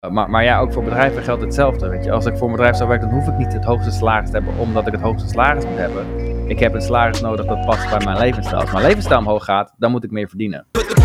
Maar ja, ook voor bedrijven geldt hetzelfde. Weet je. Als ik voor een bedrijf zou werken, dan hoef ik niet het hoogste salaris te hebben, omdat ik het hoogste salaris moet hebben. Ik heb een salaris nodig dat past bij mijn levensstijl. Als mijn levensstijl omhoog gaat, dan moet ik meer verdienen.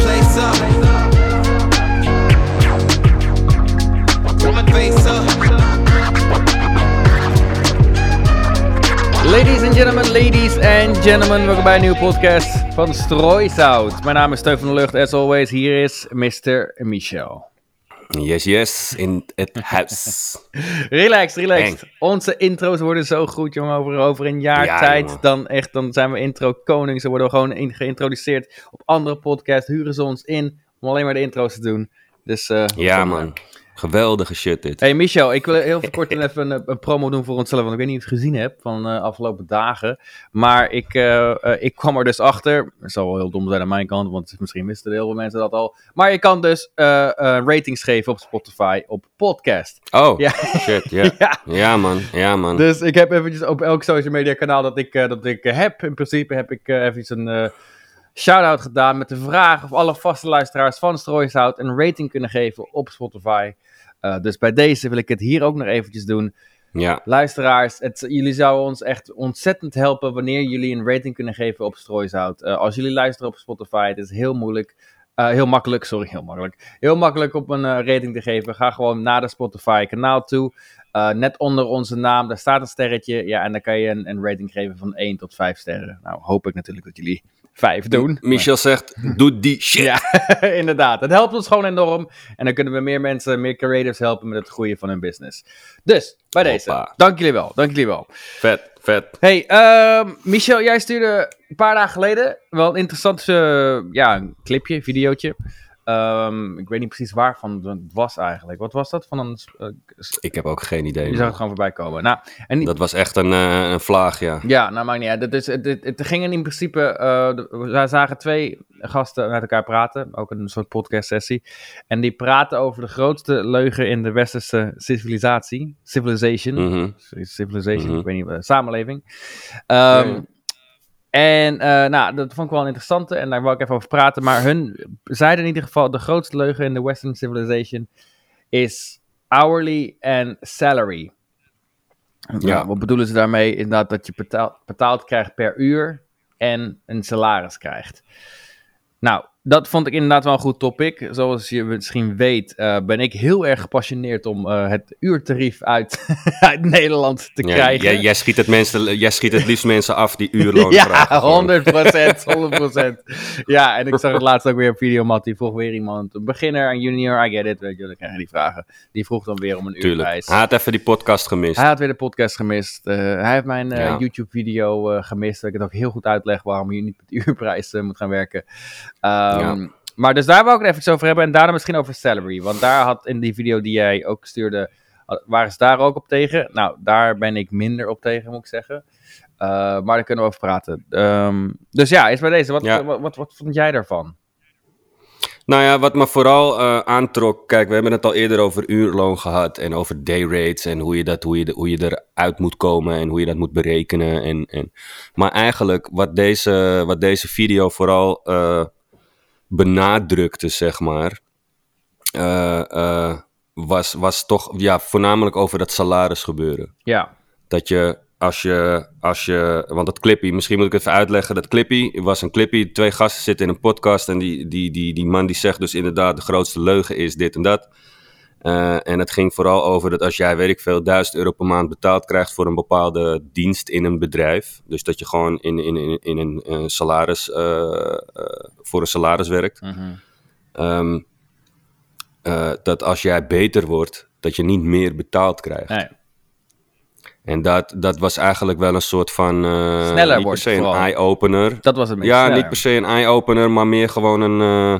Ladies and gentlemen, welkom bij een nieuwe podcast van Strooisout. Mijn naam is Steuf van der Lucht, as always. Hier is Mr. Michel. Yes, in het huis. Relax. Onze intro's worden zo goed, jongen. Over een jaar tijd, dan zijn we intro-koning. Ze worden gewoon geïntroduceerd op andere podcasts. Huren ze ons in om alleen maar de intro's te doen. Dus, man. Geweldige shit dit. Hey Michel, ik wil heel kort even een promo doen voor onszelf. Want ik weet niet of je het gezien hebt van de afgelopen dagen. Maar ik kwam er dus achter. Het zal wel heel dom zijn aan mijn kant, want misschien wisten heel veel mensen dat al. Maar je kan dus ratings geven op Spotify op podcast. Oh, ja. Shit, ja. Ja, man. Dus ik heb eventjes op elk social media kanaal dat ik heb. In principe heb ik even een shout-out gedaan met de vraag of alle vaste luisteraars van Strooisout een rating kunnen geven op Spotify. Dus bij deze wil ik het hier ook nog eventjes doen. Ja. Luisteraars, jullie zouden ons echt ontzettend helpen wanneer jullie een rating kunnen geven op Strooisout. Als jullie luisteren op Spotify, het is heel makkelijk om een rating te geven. Ga gewoon naar de Spotify kanaal toe. Net onder onze naam, daar staat een sterretje. Ja, en dan kan je een rating geven van 1 tot 5 sterren. Nou, hoop ik natuurlijk dat jullie 5 doen. Michel zegt, doe die shit. Ja, inderdaad. Het helpt ons gewoon enorm. En dan kunnen we meer mensen, meer creators helpen met het groeien van hun business. Dus, bij deze. Dank jullie wel. Vet. Hey, Michel, jij stuurde een paar dagen geleden wel een interessant een clipje, videootje. Ik weet niet precies waarvan het was eigenlijk. Wat was dat? Ik heb ook geen idee. Je zag het gewoon voorbij komen. Nou, dat was echt een vlaag, ja. Ja, nou maakt niet uit. Het ging in principe... we zagen 2 gasten met elkaar praten. Ook een soort podcast sessie. En die praten over de grootste leugen in de westerse civilisatie. Civilization. Mm-hmm. Ik weet niet, samenleving. En dat vond ik wel een interessante en daar wil ik even over praten. Maar hun zeiden in ieder geval, de grootste leugen in de Western Civilization is hourly en salary. Ja. Wat bedoelen ze daarmee? Inderdaad dat je betaald krijgt per uur en een salaris krijgt. Nou, dat vond ik inderdaad wel een goed topic. Zoals je misschien weet, ben ik heel erg gepassioneerd om het uurtarief uit Nederland te krijgen. Jij schiet het liefst mensen af die uurloon vragen. 100%. Ja, en ik zag het laatst ook weer op Videomat. Die vroeg weer iemand, een beginner, een junior, I get it. Weet je, dan krijg je die vragen. Die vroeg dan weer om een uurprijs. Hij had even die podcast gemist. Hij had weer de podcast gemist. Hij heeft mijn YouTube-video gemist. Dat ik het ook heel goed uitleg waarom je niet met uurprijs moet gaan werken. Maar dus daar wou ik het even over hebben en daarna misschien over salary. Want daar had in die video die jij ook stuurde, waren ze daar ook op tegen? Nou, daar ben ik minder op tegen, moet ik zeggen. Maar daar kunnen we over praten. Dus ja, is bij deze. Wat vond jij daarvan? Nou ja, wat me vooral aantrok... Kijk, we hebben het al eerder over uurloon gehad en over day rates en hoe je eruit moet komen en hoe je dat moet berekenen. Maar eigenlijk, wat deze video vooral benadrukte, zeg maar, was toch voornamelijk over dat salaris gebeuren. Ja. Dat je, als je, want dat clippie, misschien moet ik even uitleggen, dat clippie was een clippie, 2 gasten zitten in een podcast en die man die zegt dus inderdaad de grootste leugen is dit en dat. En het ging vooral over dat als jij, weet ik veel, €1000 per maand betaald krijgt voor een bepaalde dienst in een bedrijf, dus dat je gewoon in een salaris, voor een salaris werkt, dat als jij beter wordt, dat je niet meer betaald krijgt. Nee. En dat was eigenlijk wel een soort van... sneller niet wordt per se een eye-opener. Dat was het meer. Ja, sneller. niet per se een eye-opener, maar meer gewoon een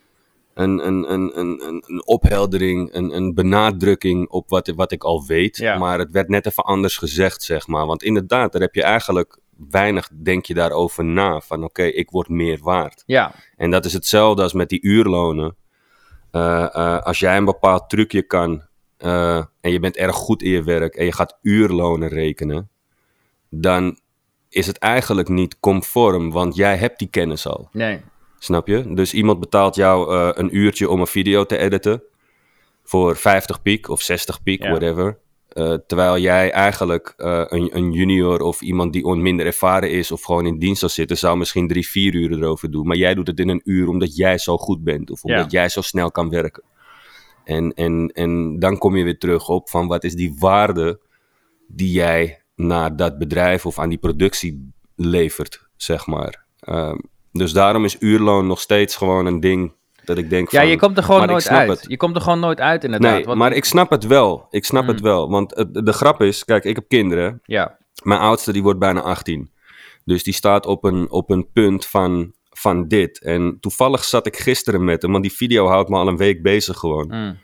opheldering, een benadrukking op wat ik al weet. Ja. Maar het werd net even anders gezegd, zeg maar. Want inderdaad, daar heb je eigenlijk weinig, denk je daarover na. Van oké, ik word meer waard. Ja. En dat is hetzelfde als met die uurlonen. Als jij een bepaald trucje kan... en je bent erg goed in je werk en je gaat uurlonen rekenen, dan is het eigenlijk niet conform, want jij hebt die kennis al. Nee. Snap je? Dus iemand betaalt jou een uurtje om een video te editen. voor 50 piek of 60 piek, Ja. whatever. Terwijl jij eigenlijk een junior of iemand die minder ervaren is of gewoon in dienst zou zitten, zou misschien 3-4 uur erover doen. Maar jij doet het in een uur omdat jij zo goed bent of omdat jij zo snel kan werken. En dan kom je weer terug op van wat is die waarde die jij naar dat bedrijf of aan die productie levert, zeg maar. Dus daarom is uurloon nog steeds gewoon een ding dat ik denk van... Ja, je komt er gewoon nooit uit. Het. Je komt er gewoon nooit uit, inderdaad. Nee, maar ik snap het wel. Ik snap het wel. Want de grap is, kijk, ik heb kinderen. Ja. Mijn oudste, die wordt bijna 18. Dus die staat op een punt van dit. En toevallig zat ik gisteren met hem, want die video houdt me al een week bezig gewoon.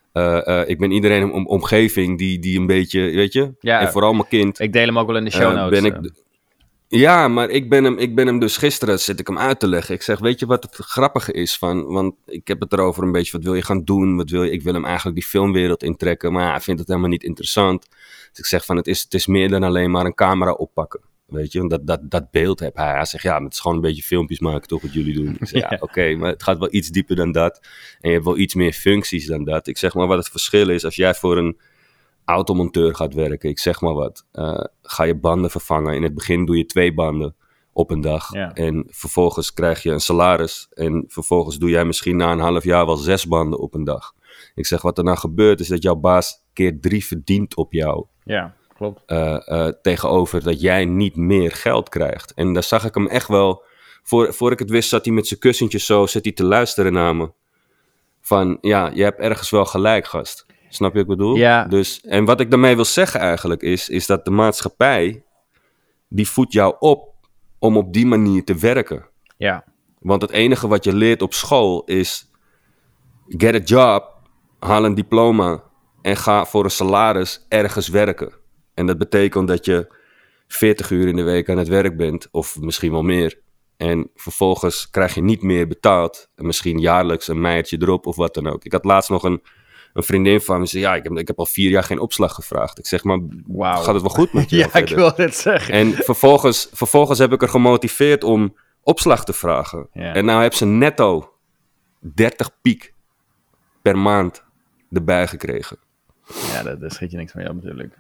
Ik ben iedereen in mijn omgeving die een beetje, weet je... Ja, en vooral mijn kind. Ik deel hem ook wel in de show notes. Ja, maar ik ben hem dus gisteren, zit ik hem uit te leggen. Ik zeg, weet je wat het grappige is van... Want ik heb het erover een beetje, wat wil je gaan doen? Ik wil hem eigenlijk die filmwereld intrekken. Maar hij vindt het helemaal niet interessant. Dus ik zeg van, het is meer dan alleen maar een camera oppakken. Weet je, dat beeld heb hij. Hij zegt, ja, maar het is gewoon een beetje filmpjes maken, toch, wat jullie doen. Ik zeg, ja, oké, maar het gaat wel iets dieper dan dat. En je hebt wel iets meer functies dan dat. Ik zeg maar, wat het verschil is, als jij voor een automonteur gaat werken, ik zeg maar wat, ga je banden vervangen. In het begin doe je 2 banden op een dag. Ja. En vervolgens krijg je een salaris. En vervolgens doe jij misschien na een half jaar wel 6 banden op een dag. Ik zeg, wat er nou gebeurt, is dat jouw baas keer 3 verdient op jou. Ja, klopt. Tegenover dat jij niet meer geld krijgt. En daar zag ik hem echt wel... Voor ik het wist, zat hij met zijn kussentjes zo... zit hij te luisteren naar me. Van, ja, je hebt ergens wel gelijk, gast. Snap je wat ik bedoel? Ja. Dus, en wat ik daarmee wil zeggen eigenlijk is dat de maatschappij... die voedt jou op om op die manier te werken. Ja. Want het enige wat je leert op school is... get a job, haal een diploma... en ga voor een salaris ergens werken. En dat betekent dat je 40 uur in de week aan het werk bent, of misschien wel meer. En vervolgens krijg je niet meer betaald. En misschien jaarlijks een meiertje erop of wat dan ook. Ik had laatst nog een vriendin van me, zei, ja, ik heb al 4 jaar geen opslag gevraagd. Ik zeg, maar gaat het wel goed met je? Ja, ik wil het zeggen. En vervolgens heb ik er gemotiveerd om opslag te vragen. Ja. En nou heb ze netto 30 piek per maand erbij gekregen. Ja, daar schiet je niks mee op natuurlijk.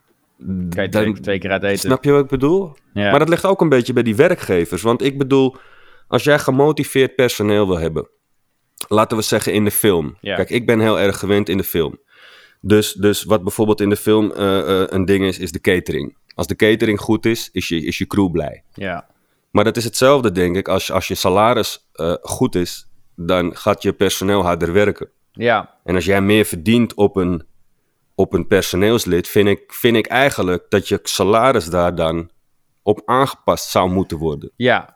Kan je twee keer uit eten. Snap je wat ik bedoel? Ja. Maar dat ligt ook een beetje bij die werkgevers. Want ik bedoel, als jij gemotiveerd personeel wil hebben... laten we zeggen in de film. Ja. Kijk, ik ben heel erg gewend in de film. Dus wat bijvoorbeeld in de film een ding is de catering. Als de catering goed is je crew blij. Ja. Maar dat is hetzelfde, denk ik. Als je salaris goed is, dan gaat je personeel harder werken. Ja. En als jij meer verdient op een personeelslid, vind ik eigenlijk dat je salaris daar dan op aangepast zou moeten worden. Ja.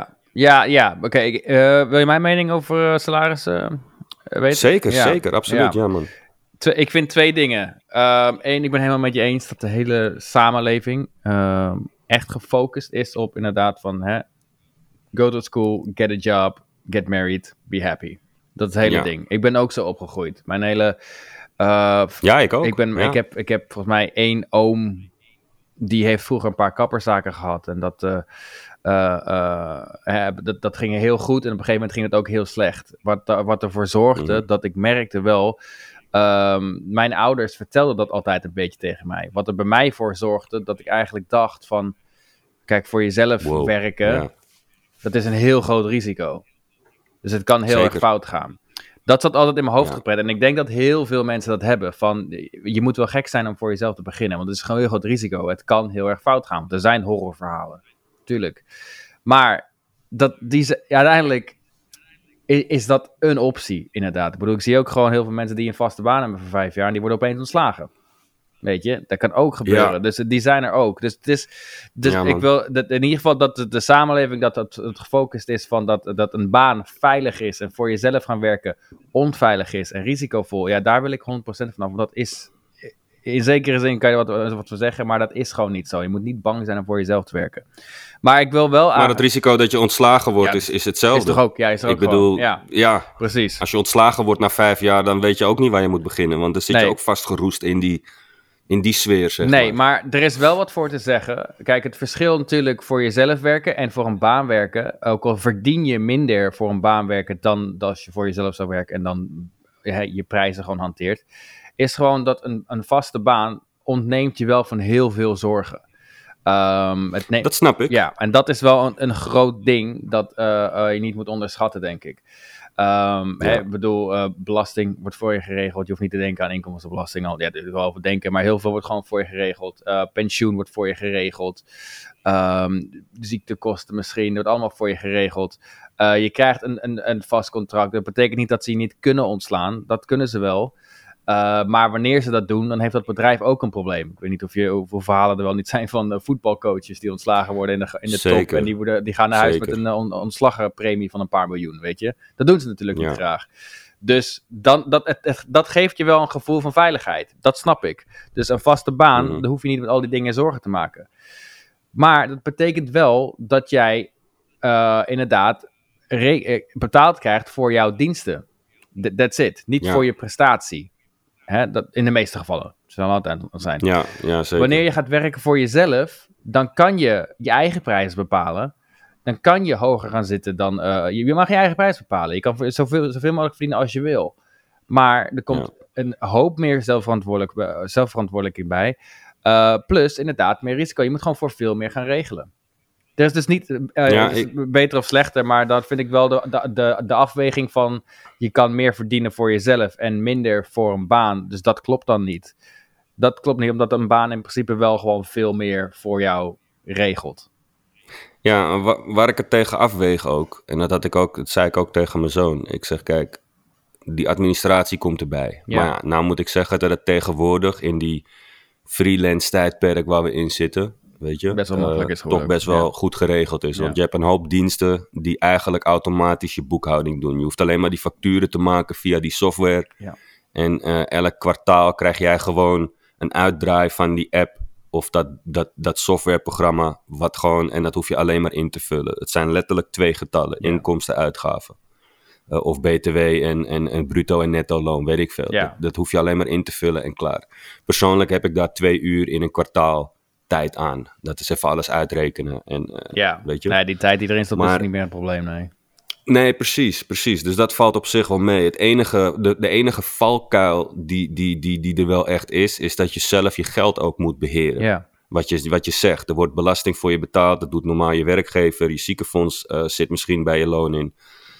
Oké, wil je mijn mening over salaris weten? Zeker, absoluut, ja man. Ik vind 2 dingen. 1, ik ben helemaal met je eens dat de hele samenleving echt gefocust is op inderdaad van... go to school, get a job, get married, be happy. Dat is het hele ding. Ik ben ook zo opgegroeid. Mijn hele... ja, ik ook. Ik heb volgens mij 1 oom... die heeft vroeger een paar kapperszaken gehad. En dat ging heel goed. En op een gegeven moment ging het ook heel slecht. Wat ervoor zorgde dat ik merkte wel... mijn ouders vertelden dat altijd een beetje tegen mij. Wat er bij mij voor zorgde dat ik eigenlijk dacht van... kijk, voor jezelf werken... dat is een heel groot risico. Dus het kan heel erg fout gaan. Dat zat altijd in mijn hoofd geprent. En ik denk dat heel veel mensen dat hebben. Van, je moet wel gek zijn om voor jezelf te beginnen. Want het is gewoon een heel groot risico. Het kan heel erg fout gaan. Want er zijn horrorverhalen. Tuurlijk. Maar uiteindelijk is dat een optie, inderdaad. Ik bedoel, ik zie ook gewoon heel veel mensen die een vaste baan hebben voor 5 jaar. En die worden opeens ontslagen. Weet je, dat kan ook gebeuren. Ja. Dus die zijn er ook. Dus ik wil in ieder geval dat de samenleving dat het gefocust is van dat een baan veilig is en voor jezelf gaan werken onveilig is en risicovol. Ja, daar wil ik 100% vanaf. Want dat is, in zekere zin kan je wat voor zeggen, maar dat is gewoon niet zo. Je moet niet bang zijn om voor jezelf te werken. Maar ik wil wel... Maar het risico dat je ontslagen wordt is hetzelfde. Is toch ook? Ja, is er ook ik bedoel, gewoon. Ja, precies. Als je ontslagen wordt na 5 jaar, dan weet je ook niet waar je moet beginnen. Want dan zit je ook vastgeroest in die sfeer, zeg Nee, maar er is wel wat voor te zeggen. Kijk, het verschil natuurlijk voor jezelf werken en voor een baan werken. Ook al verdien je minder voor een baan werken dan als je voor jezelf zou werken. En dan je prijzen gewoon hanteert, is gewoon dat een vaste baan ontneemt je wel van heel veel zorgen. Dat snap ik. Ja, en dat is wel een groot ding dat je niet moet onderschatten, denk ik. Ik bedoel, belasting wordt voor je geregeld. Je hoeft niet te denken aan inkomstenbelasting. Ja, daar wel over denken, maar heel veel wordt gewoon voor je geregeld. Pensioen wordt voor je geregeld. Ziektekosten misschien, wordt allemaal voor je geregeld. Je krijgt een vast contract. Dat betekent niet dat ze je niet kunnen ontslaan. Dat kunnen ze wel. Maar wanneer ze dat doen, dan heeft dat bedrijf ook een probleem. Ik weet niet hoeveel verhalen er wel niet zijn van voetbalcoaches die ontslagen worden in de top. En die gaan naar huis met een ontslagpremie van een paar miljoen, weet je. Dat doen ze natuurlijk niet graag. Dus dat geeft je wel een gevoel van veiligheid. Dat snap ik. Dus een vaste baan, dan hoef je niet met al die dingen zorgen te maken. Maar dat betekent wel dat jij inderdaad betaald krijgt voor jouw diensten. That's it. Niet voor je prestatie. Dat, in de meeste gevallen. Dat zal altijd zijn. Ja, zeker. Wanneer je gaat werken voor jezelf, dan kan je je eigen prijs bepalen. Dan kan je hoger gaan zitten dan... je mag je eigen prijs bepalen. Je kan zoveel mogelijk verdienen als je wil. Maar er komt een hoop meer zelfverantwoordelijkheid bij. Plus inderdaad meer risico. Je moet gewoon voor veel meer gaan regelen. Er is dus niet beter of slechter, maar dat vind ik wel de afweging van je kan meer verdienen voor jezelf en minder voor een baan. Dus dat klopt dan niet. Dat klopt niet, omdat een baan in principe wel gewoon veel meer voor jou regelt. Ja, waar ik het tegen afweeg ook, en dat zei ik ook tegen mijn zoon. Ik zeg, kijk, die administratie komt erbij. Ja. Maar nou moet ik zeggen dat het tegenwoordig in die freelance tijdperk waar we in zitten, weet je, best wel makkelijk is geworden. Toch best wel goed geregeld is. Want je hebt een hoop diensten die eigenlijk automatisch je boekhouding doen. Je hoeft alleen maar die facturen te maken via die software. Ja. En elk kwartaal krijg jij gewoon een uitdraai van die app of dat softwareprogramma, wat gewoon, en dat hoef je alleen maar in te vullen. Het zijn letterlijk 2 getallen, inkomsten, uitgaven. Of BTW en bruto en netto loon, weet ik veel. Ja. Dat hoef je alleen maar in te vullen en klaar. Persoonlijk heb ik daar 2 uur in een kwartaal tijd aan. Dat is even alles uitrekenen. En, weet je? Nee, die tijd die erin stond is niet meer een probleem, nee. Nee, precies. Dus dat valt op zich wel mee. De enige valkuil die er wel echt is dat je zelf je geld ook moet beheren. Ja. Wat je zegt, er wordt belasting voor je betaald, dat doet normaal je werkgever, je ziekenfonds zit misschien bij je loon in.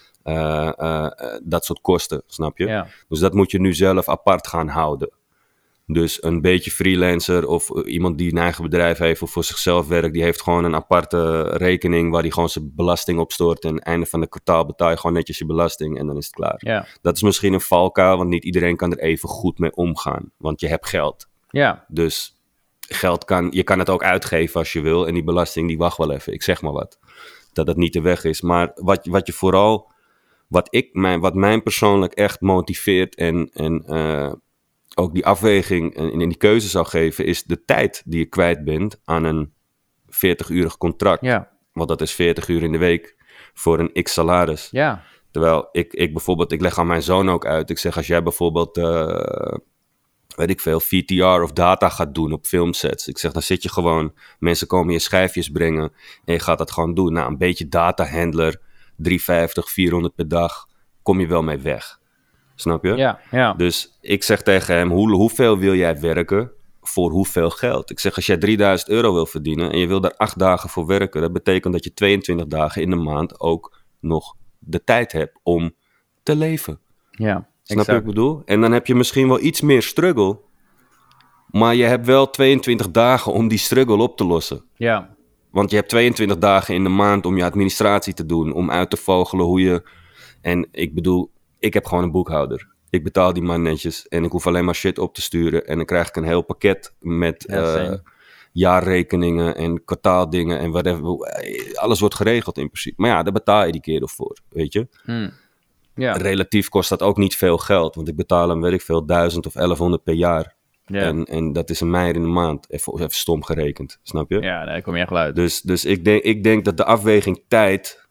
Dat soort kosten, snap je? Ja. Dus dat moet je nu zelf apart gaan houden. Dus een beetje freelancer of iemand die een eigen bedrijf heeft of voor zichzelf werkt, die heeft gewoon een aparte rekening waar hij gewoon zijn belasting op stort. En einde van het kwartaal betaal je gewoon netjes je belasting en dan is het klaar. Ja. Dat is misschien een valkuil, want niet iedereen kan er even goed mee omgaan. Want je hebt geld. Ja. Dus je kan het ook uitgeven als je wil en die belasting die wacht wel even. Ik zeg maar wat. Dat niet de weg is. Maar wat je vooral, wat mij persoonlijk echt motiveert en ook die afweging en die keuze zou geven, is de tijd die je kwijt bent aan een 40-urig contract. Ja. Want dat is 40 uur in de week voor een x salaris. Ja. Terwijl ik bijvoorbeeld, ik leg aan mijn zoon ook uit. Ik zeg, als jij bijvoorbeeld, weet ik veel, VTR of data gaat doen op filmsets. Ik zeg, dan zit je gewoon, mensen komen je schijfjes brengen en je gaat dat gewoon doen. Nou, een beetje datahandler, 350, 400 per dag, kom je wel mee weg. Snap je? Ja. Dus ik zeg tegen hem, hoeveel wil jij werken voor hoeveel geld? Ik zeg, als jij €3000 wil verdienen en je wil daar 8 dagen voor werken, dat betekent dat je 22 dagen in de maand ook nog de tijd hebt om te leven. Ja, snap je wat ik bedoel? En dan heb je misschien wel iets meer struggle, maar je hebt wel 22 dagen om die struggle op te lossen. Ja. Want je hebt 22 dagen in de maand om je administratie te doen, om uit te vogelen hoe je... En ik bedoel, ik heb gewoon een boekhouder. Ik betaal die man netjes en ik hoef alleen maar shit op te sturen. En dan krijg ik een heel pakket met jaarrekeningen en kwartaaldingen en whatever. Alles wordt geregeld in principe. Maar ja, daar betaal je die kerel voor, weet je. Ja. Relatief kost dat ook niet veel geld, want ik betaal hem, weet ik veel, 1000 of 1100 per jaar. Ja. En dat is een meijer in de maand. Even stom gerekend, snap je? Ja, daar kom je echt wel uit. Dus ik denk dat de afweging tijd...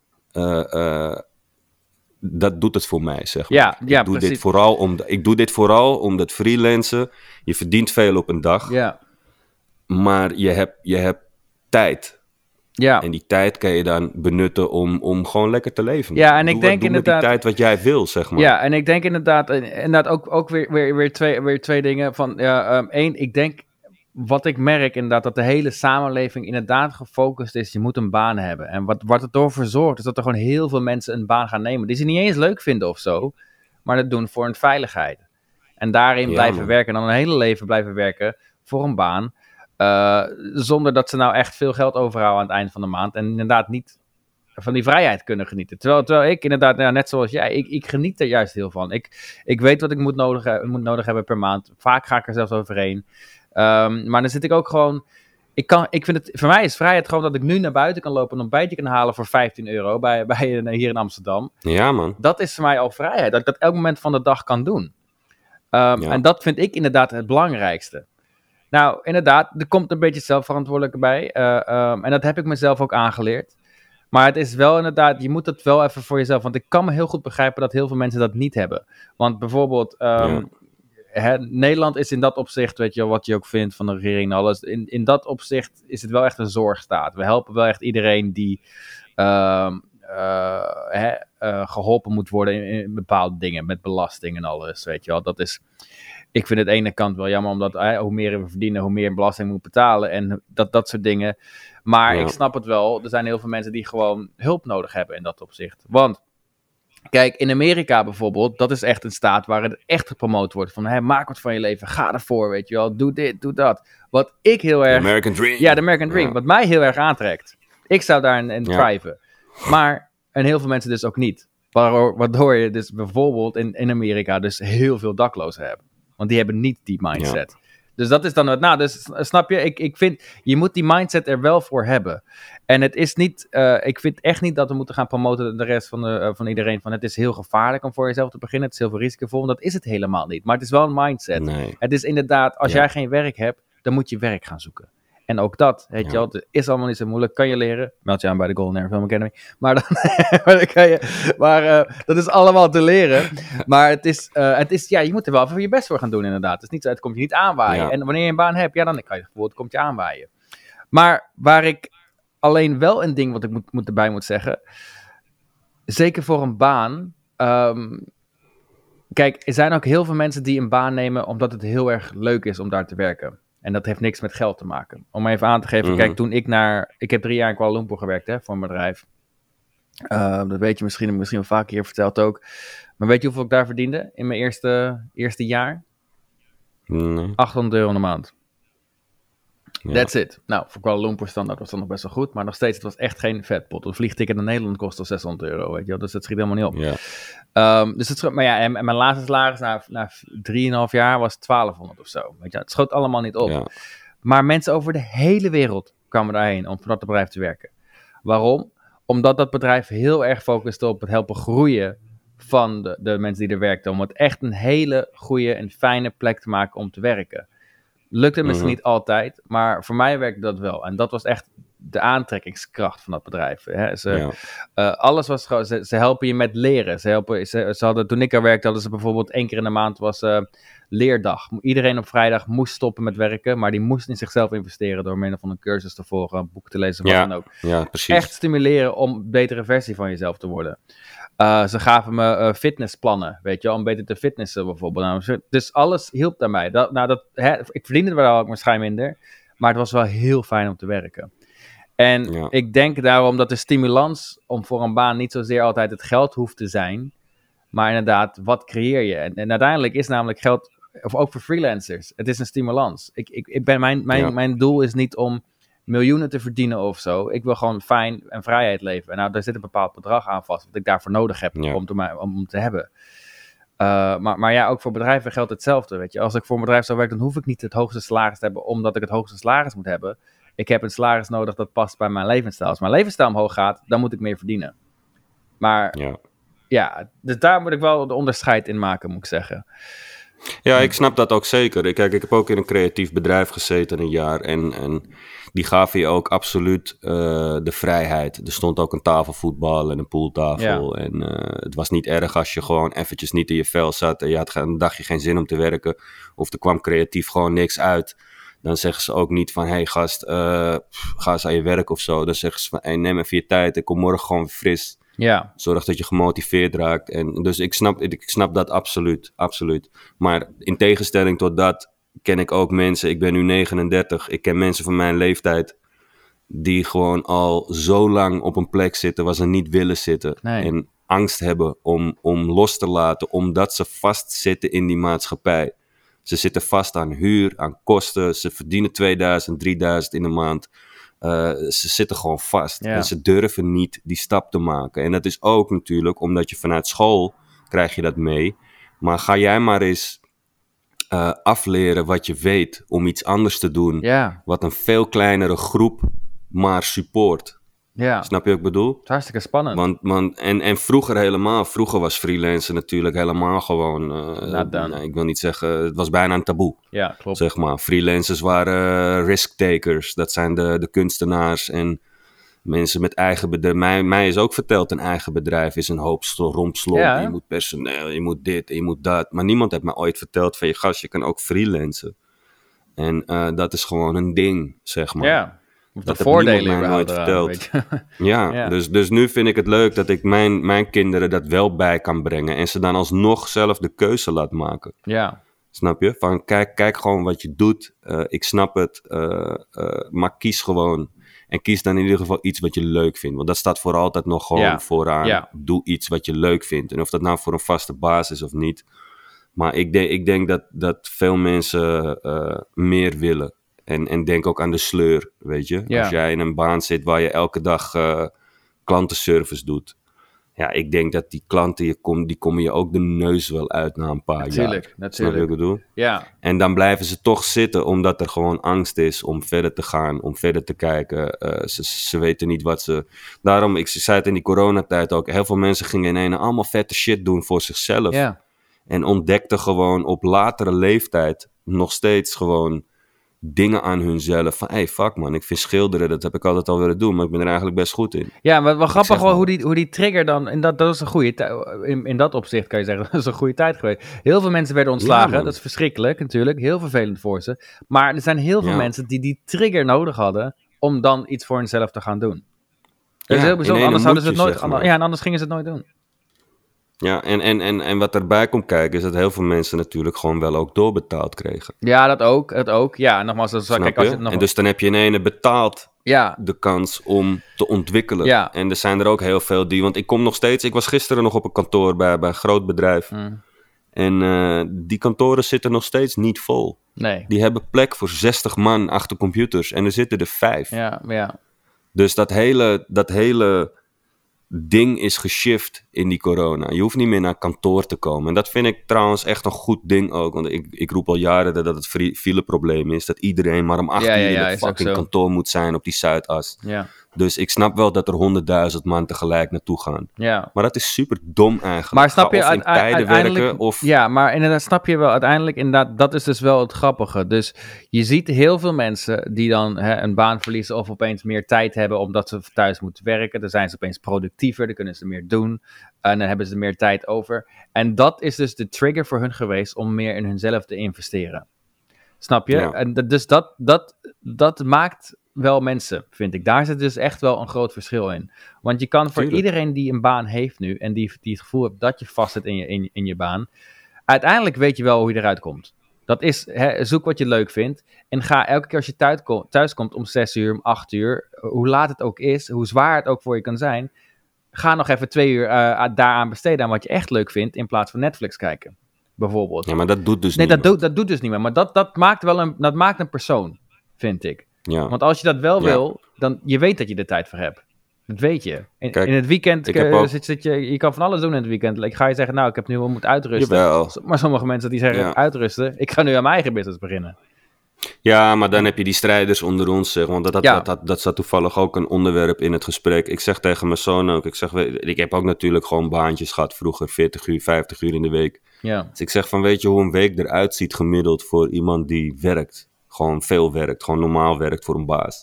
dat doet het voor mij, zeg maar. Ja, ik doe dit vooral omdat freelancen, je verdient veel op een dag. Ja. Maar je hebt tijd. Ja. En die tijd kan je dan benutten om gewoon lekker te leven. Ja, en ik denk doe inderdaad... met die tijd wat jij wil, zeg maar. Ja, en ik denk inderdaad ook weer twee dingen. Eén, ik denk, wat ik merk inderdaad, dat de hele samenleving inderdaad gefocust is. Je moet een baan hebben. En wat het ervoor zorgt, is dat er gewoon heel veel mensen een baan gaan nemen. Die ze niet eens leuk vinden of zo, maar dat doen voor een veiligheid. En daarin blijven werken en dan een hele leven blijven werken voor een baan. Zonder dat ze nou echt veel geld overhouden aan het eind van de maand. En inderdaad niet van die vrijheid kunnen genieten. Terwijl ik inderdaad, net zoals jij, ik geniet er juist heel van. Ik weet wat ik moet nodig hebben per maand. Vaak ga ik er zelfs overheen. Maar dan zit ik ook gewoon... Ik vind het, voor mij is vrijheid gewoon dat ik nu naar buiten kan lopen... en een ontbijtje kan halen voor €15 hier in Amsterdam. Ja, man. Dat is voor mij al vrijheid. Dat ik dat elk moment van de dag kan doen. En dat vind ik inderdaad het belangrijkste. Nou, inderdaad, er komt een beetje zelfverantwoordelijke bij. En dat heb ik mezelf ook aangeleerd. Maar het is wel inderdaad, je moet het wel even voor jezelf... want ik kan me heel goed begrijpen dat heel veel mensen dat niet hebben. Want bijvoorbeeld... Nederland is in dat opzicht, weet je wel, wat je ook vindt van de regering en alles. In dat opzicht is het wel echt een zorgstaat. We helpen wel echt iedereen die geholpen moet worden in bepaalde dingen, met belasting en alles, weet je wel. Dat is, ik vind het aan de ene kant wel jammer, omdat hoe meer we verdienen, hoe meer belasting we moeten betalen en dat soort dingen. Maar ik snap het wel, er zijn heel veel mensen die gewoon hulp nodig hebben in dat opzicht. Want kijk, in Amerika bijvoorbeeld, dat is echt een staat waar het echt gepromoot wordt. Van, maak wat van je leven, ga ervoor, weet je wel. Doe dit, doe dat. Wat ik heel erg... The American Dream. Ja, de American Dream. Wat mij heel erg aantrekt. Ik zou daarin thriven. Maar, en heel veel mensen dus ook niet. Waardoor je dus bijvoorbeeld in Amerika dus heel veel daklozen hebt. Want die hebben niet die mindset. Ja. Dus dat is dan het. Nou, dus snap je, ik vind, je moet die mindset er wel voor hebben. En het is niet, ik vind echt niet dat we moeten gaan promoten de rest van iedereen. Van het is heel gevaarlijk om voor jezelf te beginnen. Het is heel veel risicovol. Dat is het helemaal niet. Maar het is wel een mindset. Nee. Het is inderdaad, als jij geen werk hebt, dan moet je werk gaan zoeken. En ook dat, weet je wel, het is allemaal niet zo moeilijk. Kan je leren. Meld je aan bij de Golden Air Film Academy. Maar dan kan je, dat is allemaal te leren. Maar het is, je moet er wel even je best voor gaan doen inderdaad. Het is niet zo, het komt je niet aanwaaien. Ja. En wanneer je een baan hebt, dan kan je bijvoorbeeld, komt je aanwaaien. Maar waar ik alleen wel een ding wat ik erbij moet zeggen. Zeker voor een baan. Kijk, er zijn ook heel veel mensen die een baan nemen omdat het heel erg leuk is om daar te werken. En dat heeft niks met geld te maken. Om even aan te geven, kijk, toen ik heb 3 jaar in Kuala Lumpur gewerkt voor een bedrijf. Dat weet je misschien wel vaak hier verteld ook. Maar weet je hoeveel ik daar verdiende in mijn eerste jaar? Nee. €800 in de maand. Ja. That's it. Nou, voor Kuala Lumpur standaard was dat nog best wel goed. Maar nog steeds, het was echt geen vetpot. Een vliegticket naar Nederland kostte €600, weet je wel. Dus dat schiet helemaal niet op. Ja. Maar ja, en mijn laatste salaris na 3,5 jaar was $1200 of zo. Weet je, het schoot allemaal niet op. Ja. Maar mensen over de hele wereld kwamen daarheen om voor dat bedrijf te werken. Waarom? Omdat dat bedrijf heel erg focuste op het helpen groeien van de mensen die er werkten. Om het echt een hele goede en fijne plek te maken om te werken. Lukte misschien niet altijd, maar voor mij werkte dat wel. En dat was echt de aantrekkingskracht van dat bedrijf. Hè. Alles was gewoon, ze helpen je met leren. Ze hadden, toen ik er werkte, hadden ze bijvoorbeeld 1 keer in de maand was leerdag. Iedereen op vrijdag moest stoppen met werken, maar die moest in zichzelf investeren door middel van een cursus te volgen, een boek te lezen, wat dan ook. Ja, precies. Echt stimuleren om een betere versie van jezelf te worden. Ze gaven me fitnessplannen, weet je wel, om beter te fitnessen bijvoorbeeld. Nou, dus alles hielp daarbij. Ik verdiende wel waarschijnlijk minder, maar het was wel heel fijn om te werken. En ik denk daarom dat de stimulans om voor een baan niet zozeer altijd het geld hoeft te zijn, maar inderdaad, wat creëer je? En uiteindelijk is namelijk geld, of ook voor freelancers, het is een stimulans. Mijn doel is niet om miljoenen te verdienen of zo. Ik wil gewoon fijn en vrijheid leven. En nou, daar zit een bepaald bedrag aan vast, wat ik daarvoor nodig heb om te hebben. Maar ja, ook voor bedrijven geldt hetzelfde, weet je. Als ik voor een bedrijf zou werken, dan hoef ik niet het hoogste salaris te hebben, omdat ik het hoogste salaris moet hebben. Ik heb een salaris nodig dat past bij mijn levensstijl. Als mijn levensstijl omhoog gaat, dan moet ik meer verdienen. Maar dus daar moet ik wel de onderscheid in maken, moet ik zeggen. Ja, ik snap dat ook zeker. Kijk, ik heb ook in een creatief bedrijf gezeten 1 jaar en die gaven je ook absoluut de vrijheid. Er stond ook een tafelvoetbal en een pooltafel. Ja. En het was niet erg als je gewoon eventjes niet in je vel zat en je had een dagje geen zin om te werken. Of er kwam creatief gewoon niks uit. dan zeggen ze ook niet van, hey gast, ga eens aan je werk of zo. Dan zeggen ze van, hey, neem even je tijd en kom morgen gewoon weer fris. Ja. Zorg dat je gemotiveerd raakt. En dus ik snap dat absoluut. Maar in tegenstelling tot dat ken ik ook mensen, ik ben nu 39, ik ken mensen van mijn leeftijd die gewoon al zo lang op een plek zitten waar ze niet willen zitten. Nee. En angst hebben om los te laten, omdat ze vastzitten in die maatschappij. Ze zitten vast aan huur, aan kosten. Ze verdienen 2000, 3000 in de maand. Ze zitten gewoon vast. Ja. En ze durven niet die stap te maken. En dat is ook natuurlijk omdat je vanuit school krijg je dat mee. Maar ga jij maar eens afleren wat je weet om iets anders te doen. Ja. Wat een veel kleinere groep maar support. Ja. Snap je wat ik bedoel? Het is hartstikke spannend. En vroeger helemaal. Vroeger was freelancen natuurlijk helemaal gewoon... ik wil niet zeggen... Het was bijna een taboe. Ja, klopt. Zeg maar. Freelancers waren risk-takers. Dat zijn de kunstenaars en mensen met eigen bedrijf. Mij is ook verteld, een eigen bedrijf is een hoop rompslomp. Ja. Je moet personeel, je moet dit, je moet dat. Maar niemand heeft mij ooit verteld van, je gast, je kan ook freelancen. En dat is gewoon een ding, zeg maar. Ja. Of Dat de heeft voordelen niemand mij nooit überhaupt verteld. eraan, weet je. Ja, Ja. Dus nu vind ik het leuk dat ik mijn kinderen dat wel bij kan brengen. En ze dan alsnog zelf de keuze laat maken. Ja. Snap je? Van kijk gewoon wat je doet. Ik snap het. Maar kies gewoon. En kies dan in ieder geval iets wat je leuk vindt. Want dat staat voor altijd nog gewoon vooraan. Ja. Doe iets wat je leuk vindt. En of dat nou voor een vaste baas is of niet. Maar ik denk dat veel mensen meer willen. En denk ook aan de sleur, weet je. Ja. Als jij in een baan zit waar je elke dag klantenservice doet. Ja, ik denk dat die klanten, die komen je ook de neus wel uit na een paar jaar. Snap je wat ik bedoel? Ja. En dan blijven ze toch zitten, omdat er gewoon angst is om verder te gaan, om verder te kijken. Ze weten niet wat ze... Daarom, ik zei het in die coronatijd ook, heel veel mensen gingen in allemaal vette shit doen voor zichzelf. Ja. En ontdekten gewoon op latere leeftijd nog steeds gewoon dingen aan hunzelf. Van, hey, fuck man, ik vind schilderen, dat heb ik altijd al willen doen, maar ik ben er eigenlijk best goed in. Ja, maar wel grappig wel maar. hoe die trigger dan... En dat is een goede in dat opzicht kan je zeggen, dat is een goede tijd geweest. Heel veel mensen werden ontslagen, man. dat is verschrikkelijk natuurlijk. Heel vervelend voor ze. Maar er zijn heel veel mensen die trigger nodig hadden om dan iets voor hunzelf te gaan doen. Dat is heel bijzonder, anders zouden ze het nooit... en anders gingen ze het nooit doen. Ja, en wat erbij komt kijken is dat heel veel mensen natuurlijk gewoon wel ook doorbetaald kregen. Ja, dat ook. Ja, nogmaals, dat is Snap kijk, je? als je het nog... En dus dan heb je in ene betaald Ja, de kans om te ontwikkelen. Ja. En er zijn er ook heel veel die... Want ik was gisteren nog op een kantoor bij een groot bedrijf. En die kantoren zitten nog steeds niet vol. nee. Die hebben plek voor 60 man achter computers. En er zitten er 5. Ja. Dus dat hele ding is geshift in die corona. Je hoeft niet meer naar kantoor te komen. En dat vind ik trouwens echt een goed ding ook. Want ik roep al jaren dat het fileprobleem is. Dat iedereen maar om 8 uur in het fucking kantoor moet zijn op die Zuidas. Ja. Dus ik snap wel dat er 100.000 man tegelijk naartoe gaan. Ja. Maar dat is super dom eigenlijk. Maar snap je Ga of in tijden werken of... Ja, maar inderdaad snap je wel uiteindelijk, inderdaad, dat is dus wel het grappige. Dus je ziet heel veel mensen die dan een baan verliezen of opeens meer tijd hebben omdat ze thuis moeten werken. Dan zijn ze opeens productiever, dan kunnen ze meer doen en dan hebben ze meer tijd over. En dat is dus de trigger voor hun geweest om meer in hunzelf te investeren. Snap je? Ja. En dus dat maakt wel mensen, vind ik. Daar zit dus echt wel een groot verschil in. Want je kan voor iedereen die een baan heeft nu en die het gevoel hebt dat je vast zit in je baan, uiteindelijk weet je wel hoe je eruit komt. Dat is, zoek wat je leuk vindt en ga elke keer als je thuis komt om 6 uur, om 8 uur, hoe laat het ook is, hoe zwaar het ook voor je kan zijn, ga nog even 2 uur daaraan besteden aan wat je echt leuk vindt in plaats van Netflix kijken, bijvoorbeeld. Ja, maar dat doet dus niet. niet. Nee, dat doet dus niet meer. Maar dat maakt wel dat maakt een persoon, vind ik. Ja. Want als je dat wel wil, dan je weet dat je er tijd voor hebt. Dat weet je. In het weekend zit je kan van alles doen in het weekend. Ik ga je zeggen, nou, ik heb nu wel moeten uitrusten. Jawel. Maar sommige mensen die zeggen, uitrusten, ik ga nu aan mijn eigen business beginnen. Ja, maar dan heb je die strijders onder ons, zeg. Want dat zat toevallig ook een onderwerp in het gesprek. Ik zeg tegen mijn zoon ook, ik heb ook natuurlijk gewoon baantjes gehad vroeger, 40 uur, 50 uur in de week. Ja. Dus ik zeg van, weet je hoe een week eruit ziet gemiddeld voor iemand die werkt? Gewoon veel werkt, gewoon normaal werkt voor een baas.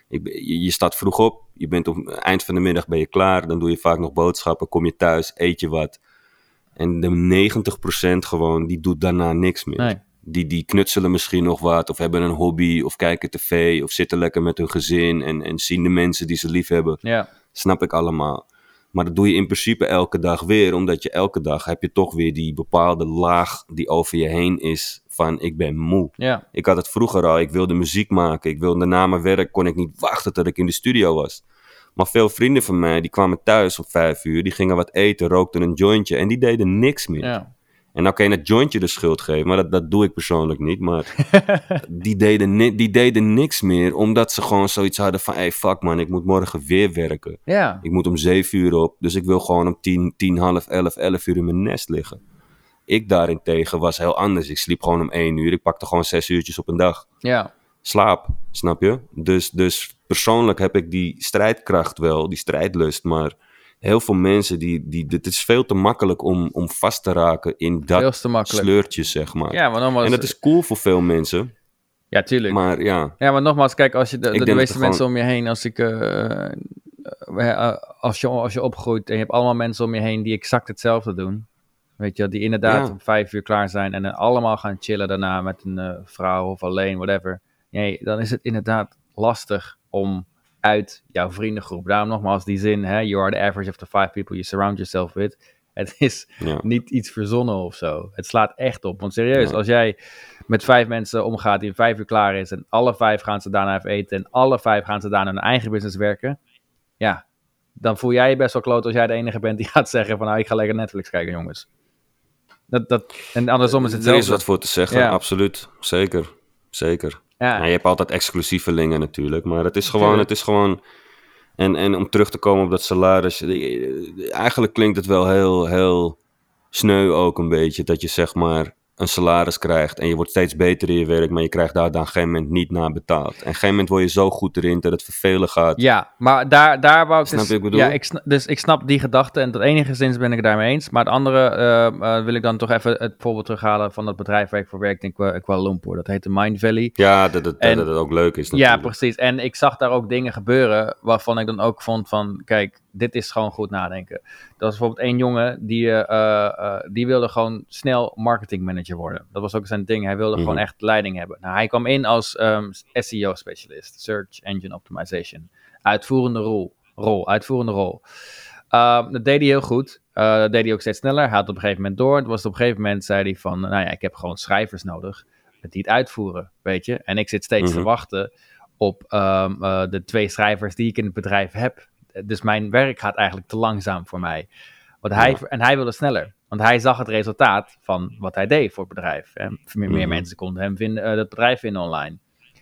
Je staat vroeg op, je bent op eind van de middag ben je klaar, dan doe je vaak nog boodschappen, kom je thuis, eet je wat. En de 90% gewoon, die doet daarna niks meer. Nee. die knutselen misschien nog wat, of hebben een hobby, of kijken tv, of zitten lekker met hun gezin en zien de mensen die ze lief hebben. Ja. Snap ik allemaal. Maar dat doe je in principe elke dag weer, omdat je elke dag heb je toch weer die bepaalde laag die over je heen is van ik ben moe. Ja. Ik had het vroeger al, ik wilde muziek maken, ik wilde na mijn werk, kon ik niet wachten tot ik in de studio was. Maar veel vrienden van mij, die kwamen thuis om 5 uur, die gingen wat eten, rookten een jointje en die deden niks meer. Ja. En nou kan je het jointje de schuld geven, maar dat doe ik persoonlijk niet. Maar die deden niks meer, omdat ze gewoon zoiets hadden van... Hey, fuck man, ik moet morgen weer werken. Ja. Ik moet om 7 uur op, dus ik wil gewoon om 10, half 11 uur in mijn nest liggen. Ik daarentegen was heel anders. Ik sliep gewoon om 1 uur, ik pakte gewoon 6 uurtjes op een dag. Ja. Slaap, snap je? Dus persoonlijk heb ik die strijdkracht wel, die strijdlust, maar... Heel veel mensen, het is veel te makkelijk om vast te raken in dat sleurtje, zeg maar. Ja, maar nogmaals, en dat is cool voor veel mensen. Ja, tuurlijk. Maar ja. Ja, maar nogmaals, kijk, als je de meeste mensen om je heen, als je opgroeit en je hebt allemaal mensen om je heen die exact hetzelfde doen. Weet je, die inderdaad om 5 uur klaar zijn en dan allemaal gaan chillen daarna met een vrouw of alleen, whatever. Nee, dan is het inderdaad lastig om uit jouw vriendengroep. Daarom nogmaals die zin, hè, you are the average of the 5 people you surround yourself with. Het is niet iets verzonnen of zo. Het slaat echt op. Want serieus, als jij met 5 mensen omgaat die om 5 uur klaar is en alle 5 gaan ze daarna even eten en alle 5 gaan ze daarna hun eigen business werken, ja, dan voel jij je best wel kloot als jij de enige bent die gaat zeggen van, nou, ik ga lekker Netflix kijken, jongens. En andersom is het Er is wat voor te zeggen, absoluut. Zeker. Ja. Nou, je hebt altijd exclusievelingen natuurlijk, maar het is gewoon... En om terug te komen op dat salaris, eigenlijk klinkt het wel heel, heel sneu ook een beetje, dat je zeg maar een salaris krijgt en je wordt steeds beter in je werk, maar je krijgt daar dan op een gegeven moment niet naar betaald. En op een gegeven moment word je zo goed erin dat het vervelen gaat. Ja, maar daar wou ik... Snap je wat ik bedoel? Ja, ik snap die gedachte en tot enige zins ben ik het daarmee eens. Maar het andere wil ik dan toch even het voorbeeld terughalen van dat bedrijf waar ik voor werkte in Kuala Lumpur. Dat heette Mind Valley. Ja, dat het ook leuk is natuurlijk. Ja, precies. En ik zag daar ook dingen gebeuren waarvan ik dan ook vond van, kijk, dit is gewoon goed nadenken. Dat was bijvoorbeeld één jongen die wilde gewoon snel marketingmanager worden. Dat was ook zijn ding. Hij wilde gewoon echt leiding hebben. Nou, hij kwam in als SEO-specialist, Search Engine Optimization. Uitvoerende rol. Dat deed hij heel goed. Dat deed hij ook steeds sneller. Hij had op een gegeven moment door. Op een gegeven moment zei hij van, nou ja, ik heb gewoon schrijvers nodig die het uitvoeren, weet je. En ik zit steeds te wachten op de 2 schrijvers die ik in het bedrijf heb. Dus mijn werk gaat eigenlijk te langzaam voor mij. Hij wilde sneller. Want hij zag het resultaat van wat hij deed voor het bedrijf. Meer mensen konden hem het bedrijf vinden online.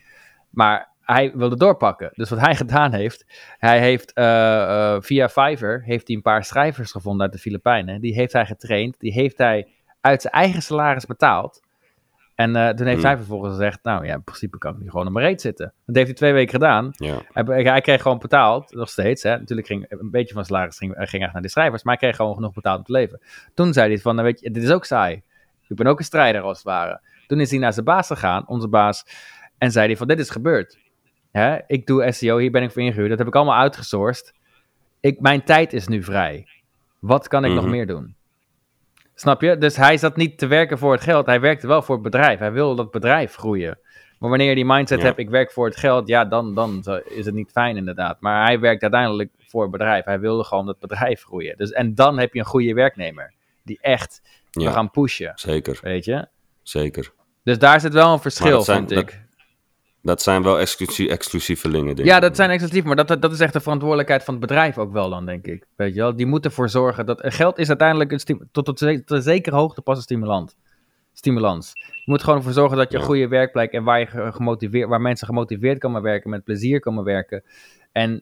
Maar hij wilde doorpakken. Dus wat hij gedaan heeft, hij heeft via Fiverr heeft hij een paar schrijvers gevonden uit de Filipijnen. Die heeft hij getraind. Die heeft hij uit zijn eigen salaris betaald. En toen heeft hij vervolgens gezegd, nou ja, in principe kan ik nu gewoon op mijn reet zitten. Dat heeft hij 2 weken gedaan. Ja. Hij kreeg gewoon betaald, nog steeds. Hè. Natuurlijk ging een beetje van salaris ging echt naar de schrijvers, maar hij kreeg gewoon genoeg betaald om te leven. Toen zei hij van, nou weet je, dit is ook saai. Ik ben ook een strijder als het ware. Toen is hij naar zijn baas gegaan, onze baas, en zei hij van, dit is gebeurd. Hè? Ik doe SEO, hier ben ik voor ingehuurd. Dat heb ik allemaal outgesourced. Mijn tijd is nu vrij. Wat kan ik nog meer doen? Snap je? Dus hij zat niet te werken voor het geld. Hij werkte wel voor het bedrijf. Hij wilde dat bedrijf groeien. Maar wanneer je die mindset hebt, ik werk voor het geld, ja, dan is het niet fijn inderdaad. Maar hij werkt uiteindelijk voor het bedrijf. Hij wilde gewoon dat bedrijf groeien. Dus, en dan heb je een goede werkenemer die echt wil gaan pushen. Zeker. Weet je? Zeker. Dus daar zit wel een verschil, vind ik. Dat zijn wel exclusievelingen, denk ik. Ja, dat zijn exclusief, maar dat is echt de verantwoordelijkheid van het bedrijf ook wel dan, denk ik. Weet je wel? Die moeten ervoor zorgen dat... Geld is uiteindelijk tot een zekere hoogte pas een stimulans. Je moet gewoon ervoor zorgen dat je een goede werkplek en waar mensen gemotiveerd komen werken, met plezier komen werken. En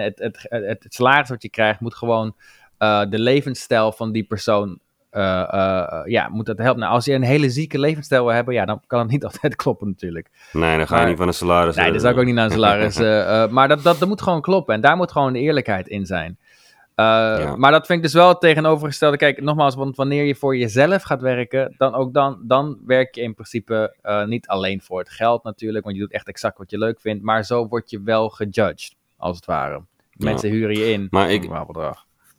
het salaris wat je krijgt moet gewoon de levensstijl van die persoon... moet dat helpen. Nou, als je een hele zieke levensstijl wil hebben, ja, dan kan het niet altijd kloppen natuurlijk. Nee, dan ga je niet van een salaris. Nee, dat zou ik ook niet naar een salaris. Maar dat moet gewoon kloppen. En daar moet gewoon de eerlijkheid in zijn. Maar dat vind ik dus wel het tegenovergestelde. Kijk, nogmaals, want wanneer je voor jezelf gaat werken, dan werk je in principe niet alleen voor het geld natuurlijk, want je doet echt exact wat je leuk vindt, maar zo word je wel gejudged, als het ware. Mensen huren je in. Maar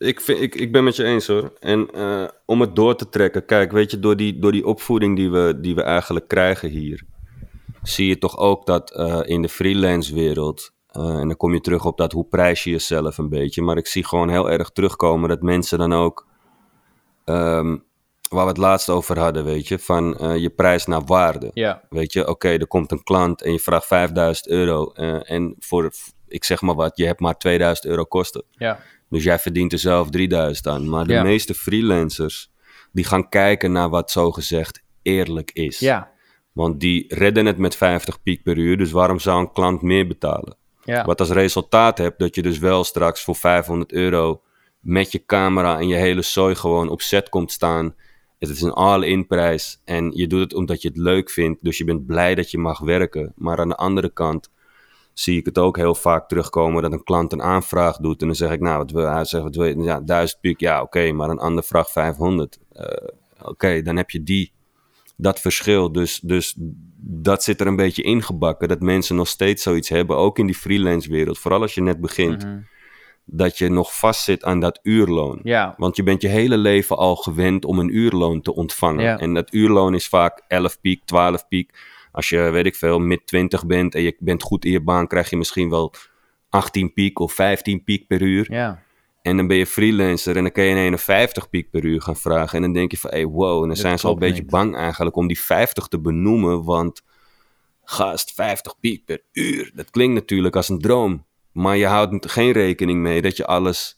Ik ben met je eens hoor. En om het door te trekken, kijk, weet je, door die opvoeding die we eigenlijk krijgen hier, zie je toch ook dat in de freelance wereld, en dan kom je terug op dat hoe prijs je jezelf een beetje, maar ik zie gewoon heel erg terugkomen dat mensen dan ook, waar we het laatst over hadden, weet je, van je prijs naar waarde. Ja. Weet je, oké, er komt een klant en je vraagt €5.000 en ik zeg maar wat, je hebt maar €2.000 kosten. Ja. Dus jij verdient er zelf 3.000 aan. Maar de meeste freelancers, die gaan kijken naar wat zogezegd eerlijk is. Ja. Want die redden het met 50 piek per uur, dus waarom zou een klant meer betalen? Ja. Wat als resultaat hebt dat je dus wel straks voor €500 met je camera en je hele zooi gewoon op set komt staan. Het is een all-in prijs en je doet het omdat je het leuk vindt, dus je bent blij dat je mag werken. Maar aan de andere kant zie ik het ook heel vaak terugkomen dat een klant een aanvraag doet en dan zeg ik, nou, hij zegt, wat wil je? Ja, 1000 piek, ja, oké, maar een ander vraagt 500. Oké, dan heb je dat verschil. Dus dat zit er een beetje ingebakken, dat mensen nog steeds zoiets hebben, ook in die freelance wereld, vooral als je net begint, dat je nog vastzit aan dat uurloon. Ja. Want je bent je hele leven al gewend om een uurloon te ontvangen. Ja. En dat uurloon is vaak 11 piek, 12 piek. Als je, weet ik veel, mid-20 bent en je bent goed in je baan, krijg je misschien wel 18 piek of 15 piek per uur. Ja. En dan ben je freelancer en dan kan je 51 piek per uur gaan vragen. En dan denk je van, hey, wow. En dan zijn ze al een beetje bang eigenlijk om die 50 te benoemen. Want, gast, 50 piek per uur. Dat klinkt natuurlijk als een droom. Maar je houdt geen rekening mee dat je alles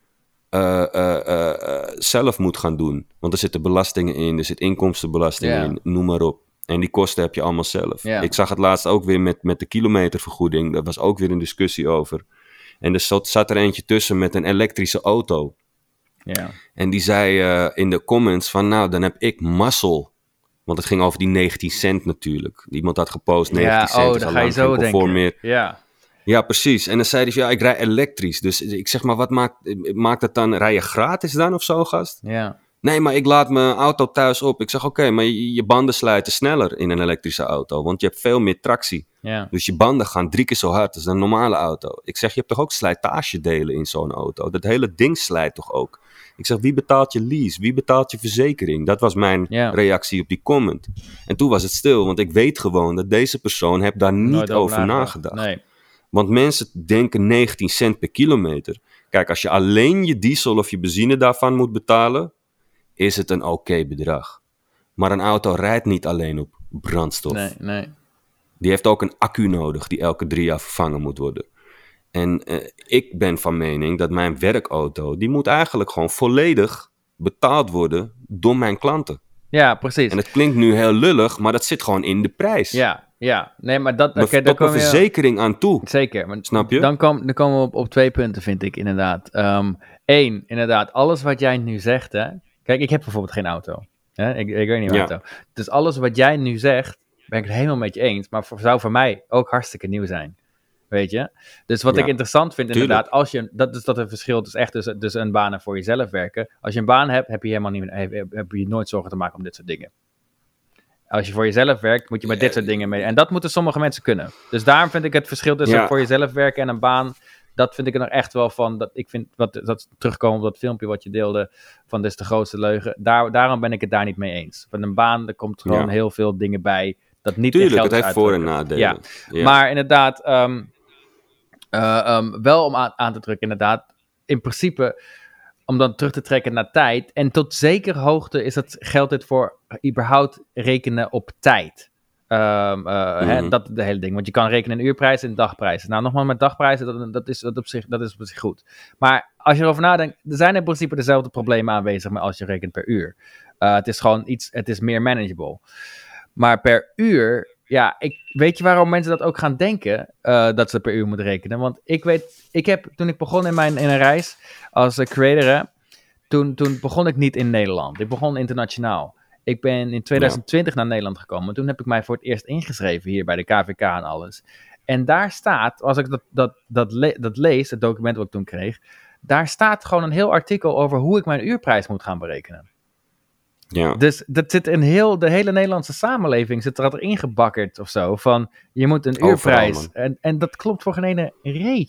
zelf moet gaan doen. Want er zitten belastingen in, er zit inkomstenbelasting in, noem maar op. En die kosten heb je allemaal zelf. Ja. Ik zag het laatst ook weer met de kilometervergoeding. Daar was ook weer een discussie over. En er zat er eentje tussen met een elektrische auto. Ja. En die zei in de comments van, nou, dan heb ik mazzel. Want het ging over die 19 cent natuurlijk. Iemand had gepost 19 cent. Ja, dan ga je zo denken. Meer. Ja. Ja, precies. En dan zei hij van, ja, ik rij elektrisch. Dus ik zeg maar, wat maakt het dan? Rij je gratis dan of zo, gast? Ja. Nee, maar ik laat mijn auto thuis op. Ik zeg, oké, maar je banden slijten sneller in een elektrische auto. Want je hebt veel meer tractie. Ja. Dus je banden gaan 3 keer zo hard als een normale auto. Ik zeg, je hebt toch ook slijtagedelen in zo'n auto? Dat hele ding slijt toch ook? Ik zeg, wie betaalt je lease? Wie betaalt je verzekering? Dat was mijn reactie op die comment. En toen was het stil, want ik weet gewoon dat deze persoon heeft daar niet over nagedacht. Nee. Want mensen denken 19 cent per kilometer. Kijk, als je alleen je diesel of je benzine daarvan moet betalen, is het een oké bedrag. Maar een auto rijdt niet alleen op brandstof. Nee. Die heeft ook een accu nodig die elke 3 jaar vervangen moet worden. En ik ben van mening dat mijn werkauto, die moet eigenlijk gewoon volledig betaald worden door mijn klanten. Ja, precies. En het klinkt nu heel lullig, maar dat zit gewoon in de prijs. Ja. Nee, maar dat... Tot een verzekering aan toe. Zeker. Maar snap je? Dan komen we op 2 punten, vind ik, inderdaad. 1, inderdaad, alles wat jij nu zegt, hè. Kijk, ik heb bijvoorbeeld geen auto. Hè? Ik weet niet wat auto. Dus alles wat jij nu zegt, ben ik het helemaal met je eens. Maar zou voor mij ook hartstikke nieuw zijn. Weet je? Dus wat ik interessant vind, inderdaad, als je... Dat is dat het verschil is echt tussen een baan en voor jezelf werken. Als je een baan hebt, heb je nooit zorgen te maken om dit soort dingen. Als je voor jezelf werkt, moet je met dit soort dingen mee. En dat moeten sommige mensen kunnen. Dus daarom vind ik het verschil tussen voor jezelf werken en een baan, dat vind ik er nog echt wel van. Dat ik vind, dat terugkomen op dat filmpje wat je deelde, van dit is de grootste leugen. Daarom ben ik het daar niet mee eens. Van een baan, er komt gewoon heel veel dingen bij, dat niet in geld het heeft voor- en nadelen. Ja. Maar inderdaad, wel om aan te drukken, inderdaad, in principe, om dan terug te trekken naar tijd. En tot zekere hoogte geldt dit voor überhaupt rekenen op tijd. Dat de hele ding. Want je kan rekenen in uurprijzen en dagprijzen. Nou, nogmaals, met dagprijzen, dat is op zich goed. Maar als je erover nadenkt, er zijn in principe dezelfde problemen aanwezig, maar als je rekent per uur. Het is gewoon het is meer manageable. Maar per uur, weet je waarom mensen dat ook gaan denken, dat ze per uur moeten rekenen? Want toen ik begon in een reis als creator, toen begon ik niet in Nederland. Ik begon internationaal. Ik ben in 2020 naar Nederland gekomen. Toen heb ik mij voor het eerst ingeschreven hier bij de KVK en alles. En daar staat, als ik dat lees, het document wat ik toen kreeg, daar staat gewoon een heel artikel over hoe ik mijn uurprijs moet gaan berekenen. Ja. Dus dat zit in de hele Nederlandse samenleving zit er ingebakkerd of zo. Van, je moet een uurprijs. En dat klopt voor geen ene reet, joh.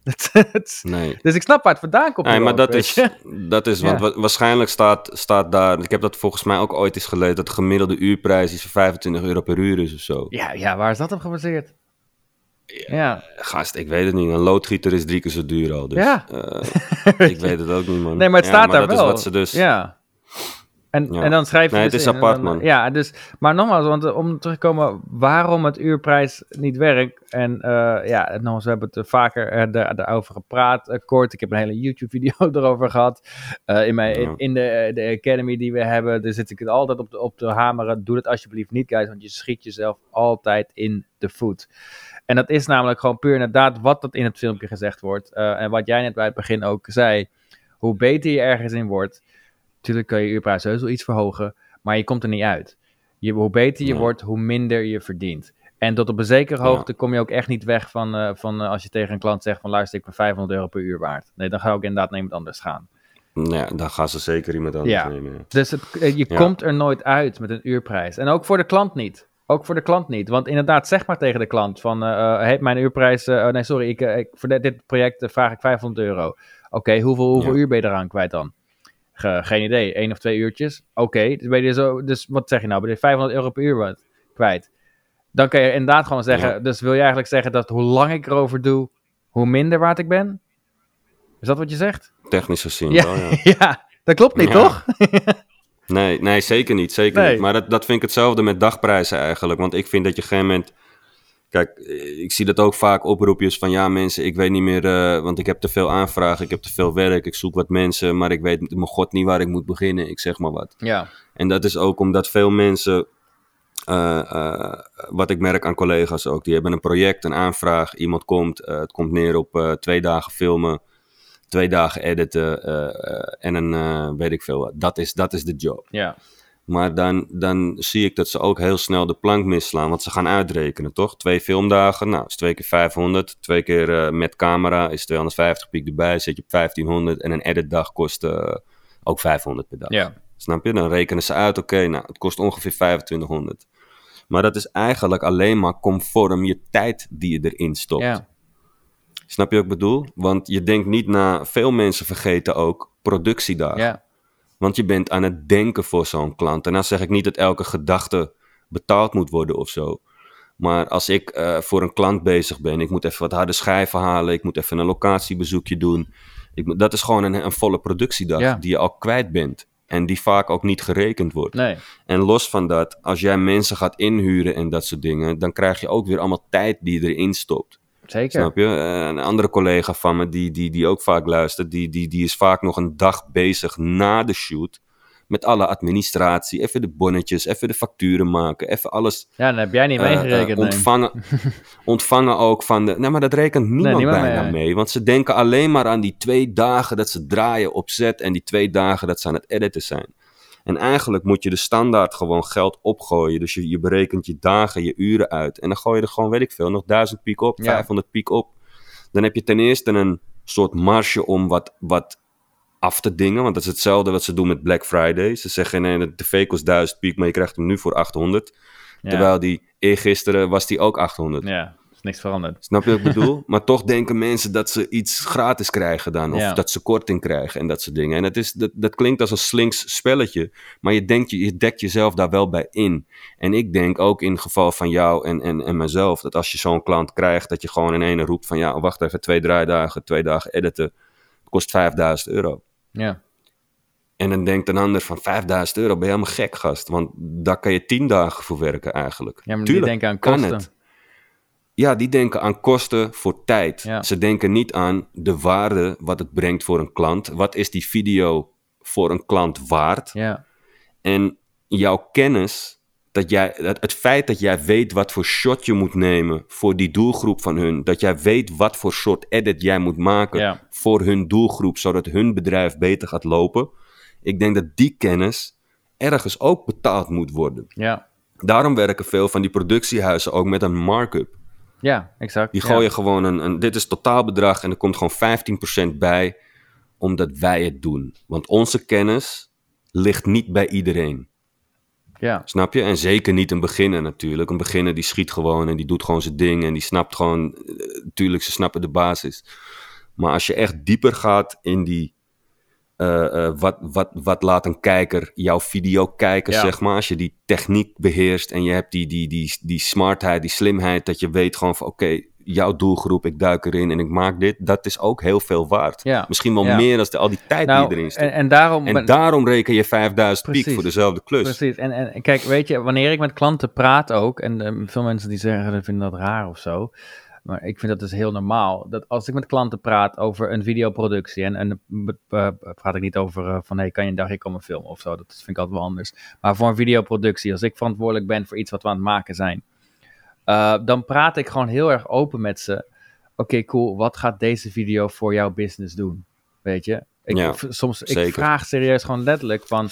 Nee. Dus ik snap waar het vandaan komt. Nee, maar ook, dat is want waarschijnlijk staat daar... Ik heb dat volgens mij ook ooit eens gelezen... dat de gemiddelde uurprijs is €25 per uur is of zo. Ja, waar is dat op gebaseerd? Ja. Gast, ik weet het niet. Een loodgieter is 3 keer zo duur al. Dus, Ja. Ik weet het ook niet, man. Nee, maar het staat daar dat wel. is wat ze dus... Ja. En dan schrijf je nee, dus het is apart, dan, man. Ja, dus... Maar nogmaals, want om terug te komen... waarom het uurprijs niet werkt... En nogmaals, we hebben het vaker daarover gepraat. Kort, ik heb een hele YouTube-video erover gehad. In de Academy die we hebben... Daar zit ik het altijd op te hameren. Doe dat alsjeblieft niet, guys. Want je schiet jezelf altijd in de voet. En dat is namelijk gewoon puur inderdaad... wat dat in het filmpje gezegd wordt. En wat jij net bij het begin ook zei... Hoe beter je ergens in wordt... Natuurlijk kan je uurprijs heus wel iets verhogen, maar je komt er niet uit. Hoe beter je wordt, hoe minder je verdient. En tot op een zekere hoogte kom je ook echt niet weg van als je tegen een klant zegt van luister, ik ben €500 per uur waard. Nee, dan ga ik inderdaad naar iemand anders gaan. Ja, dan gaan ze zeker iemand anders nemen. Ja. Dus je komt er nooit uit met een uurprijs. En ook voor de klant niet. Want inderdaad, zeg maar tegen de klant van, mijn uurprijs, voor dit project vraag ik €500. Oké, hoeveel uur ben je eraan kwijt dan? Geen idee, 1 of 2 uurtjes. Oké, dus wat zeg je nou? Ben je €500 per uur kwijt? Dan kan je inderdaad gewoon zeggen... Dus wil je eigenlijk zeggen dat hoe lang ik erover doe... hoe minder waard ik ben? Is dat wat je zegt? Technisch gezien wel, ja. Ja, dat klopt niet, toch? Nee, zeker niet. Niet. Maar dat vind ik hetzelfde met dagprijzen eigenlijk. Want ik vind dat je op een gegeven moment... Kijk, ik zie dat ook vaak oproepjes van... Ja, mensen, ik weet niet meer... want ik heb te veel aanvragen, ik heb te veel werk... Ik zoek wat mensen, maar ik weet mijn god niet waar ik moet beginnen. Ik zeg maar wat. Ja. En dat is ook omdat veel mensen... wat ik merk aan collega's ook... Die hebben een project, een aanvraag. Iemand komt, het komt neer op 2 dagen filmen... 2 dagen editen... en een weet ik veel wat. Dat is de job. Ja. Maar dan zie ik dat ze ook heel snel de plank misslaan. Want ze gaan uitrekenen, toch? 2 filmdagen, nou, is 2 keer 500. 2 keer met camera is 250 piek erbij. Zet je op 1500. En een editdag kost ook 500 per dag. Ja. Snap je? Dan rekenen ze uit, oké, nou, het kost ongeveer 2500. Maar dat is eigenlijk alleen maar conform je tijd die je erin stopt. Ja. Snap je wat ik bedoel? Want je denkt niet na... Veel mensen vergeten ook productiedagen. Ja. Want je bent aan het denken voor zo'n klant. En dan zeg ik niet dat elke gedachte betaald moet worden of zo. Maar als ik voor een klant bezig ben... ik moet even wat harde schijven halen... ik moet even een locatiebezoekje doen... dat is gewoon een volle productiedag die je al kwijt bent. En die vaak ook niet gerekend wordt. Nee. En los van dat, als jij mensen gaat inhuren en dat soort dingen... dan krijg je ook weer allemaal tijd die je erin stopt. Zeker. Snap je? Een andere collega van me, die ook vaak luistert... die is vaak nog een dag bezig na de shoot... met alle administratie, even de bonnetjes, even de facturen maken... even alles... Ja, dan heb jij niet meegerekend. Ontvangen ook van de... Nee, maar dat rekent niemand bijna mee. Want ze denken alleen maar aan die 2 dagen dat ze draaien op set... en die 2 dagen dat ze aan het editen zijn. En eigenlijk moet je de standaard gewoon geld opgooien. Dus je berekent je dagen, je uren uit. En dan gooi je er gewoon, weet ik veel, nog 1000 piek op, 500 piek op. Dan heb je ten eerste een soort marge om wat af te dingen. Want dat is hetzelfde wat ze doen met Black Friday. Ze zeggen, nee, de tv kost 1000 piek, maar je krijgt hem nu voor 800. Ja. Terwijl eergisteren was die ook 800. Ja, is niks veranderd. Snap je wat ik bedoel? Maar toch denken mensen dat ze iets gratis krijgen dan. Of dat ze korting krijgen en dat soort dingen. En dat klinkt als een slinks spelletje. Maar je dekt jezelf daar wel bij in. En ik denk ook in het geval van jou en mezelf... dat als je zo'n klant krijgt, dat je gewoon in ene roept van... ja, wacht even, 2 draaidagen, 2 dagen editen... kost €5000. Ja. En dan denkt een ander van €5000, ben je helemaal gek, gast. Want daar kan je 10 dagen voor werken eigenlijk. Ja, maar tuurlijk, die denken aan kosten. Ja, die denken aan kosten voor tijd. Ja. Ze denken niet aan de waarde wat het brengt voor een klant. Wat is die video voor een klant waard? Ja. En jouw kennis, het feit dat jij weet wat voor shot je moet nemen voor die doelgroep van hun. Dat jij weet wat voor soort edit jij moet maken voor hun doelgroep, zodat hun bedrijf beter gaat lopen. Ik denk dat die kennis ergens ook betaald moet worden. Ja. Daarom werken veel van die productiehuizen ook met een markup. Ja, exact. Die gooien gewoon dit is totaalbedrag en er komt gewoon 15% bij, omdat wij het doen. Want onze kennis ligt niet bij iedereen. Ja. Snap je? En zeker niet een beginner natuurlijk. Een beginner die schiet gewoon en die doet gewoon zijn ding en die snapt gewoon... Tuurlijk, ze snappen de basis. Maar als je echt dieper gaat in die... wat laat een kijker jouw video kijken, zeg maar. Als je die techniek beheerst en je hebt die smartheid, die slimheid, dat je weet gewoon van oké, jouw doelgroep, ik duik erin en ik maak dit. Dat is ook heel veel waard. Ja. Misschien wel meer dan al die tijd die erin zit. En daarom reken je 5000 piek voor dezelfde klus. Precies. En kijk, weet je, wanneer ik met klanten praat ook, en veel mensen die zeggen, vinden dat raar of zo. Maar ik vind dat dus heel normaal. Dat als ik met klanten praat over een videoproductie... en praat ik niet over van... hey, kan je een dagje komen filmen of zo? Dat vind ik altijd wel anders. Maar voor een videoproductie... als ik verantwoordelijk ben voor iets wat we aan het maken zijn... dan praat ik gewoon heel erg open met ze. Oké, cool. Wat gaat deze video voor jouw business doen? Weet je? Ik vraag serieus gewoon letterlijk van...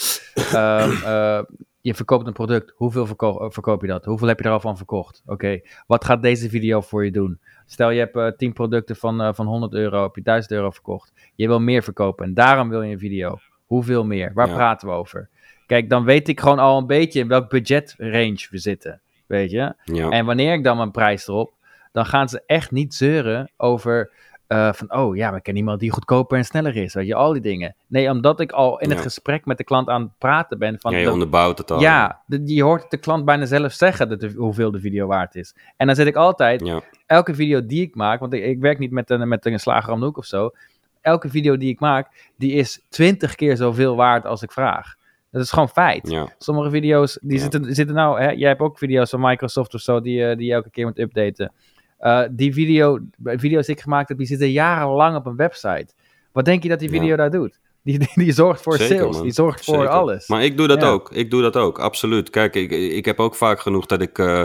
je verkoopt een product. Hoeveel verkoop je dat? Hoeveel heb je er al van verkocht? Oké, wat gaat deze video voor je doen? Stel je hebt 10 producten van 100 euro, heb je 1000 euro verkocht. Je wil meer verkopen en daarom wil je een video. Hoeveel meer? Waar praten we over? Kijk, dan weet ik gewoon al een beetje in welk budgetrange we zitten. Weet je? Ja. En wanneer ik dan mijn prijs erop, dan gaan ze echt niet zeuren over... maar ik ken iemand die goedkoper en sneller is. Weet je, al die dingen. Nee, omdat ik al in het gesprek met de klant aan het praten ben. Van je onderbouwt het al. Ja, je hoort de klant bijna zelf zeggen hoeveel de video waard is. En dan zit ik altijd, elke video die ik maak, want ik werk niet met een slager om de hoek of zo. Elke video die ik maak, die is 20 keer zoveel waard als ik vraag. Dat is gewoon feit. Ja. Sommige video's, die zitten nou, hè, jij hebt ook video's van Microsoft of zo, die je elke keer moet updaten. Die video's die ik gemaakt heb, die zitten jarenlang op een website. Wat denk je dat die video daar doet? Die zorgt voor sales, man. Die zorgt voor alles. Maar ik doe dat ook. Ik doe dat ook, absoluut. Kijk, ik heb ook vaak genoeg dat ik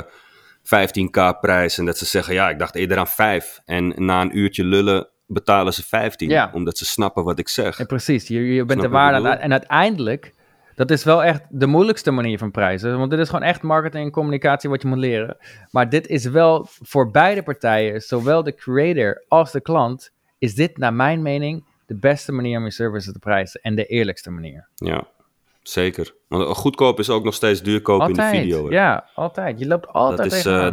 15k prijs en dat ze zeggen, ik dacht eerder aan 5. En na een uurtje lullen betalen ze 15, omdat ze snappen wat ik zeg. Ja, precies, je bent de waarde aan. En uiteindelijk, dat is wel echt de moeilijkste manier van prijzen. Want dit is gewoon echt marketing en communicatie wat je moet leren. Maar dit is wel voor beide partijen, zowel de creator als de klant, is dit naar mijn mening de beste manier om je services te prijzen. En de eerlijkste manier. Ja, zeker. Want goedkoop is ook nog steeds duurkoop altijd, in de video. Hè? Ja, altijd. Je loopt altijd tegenaan.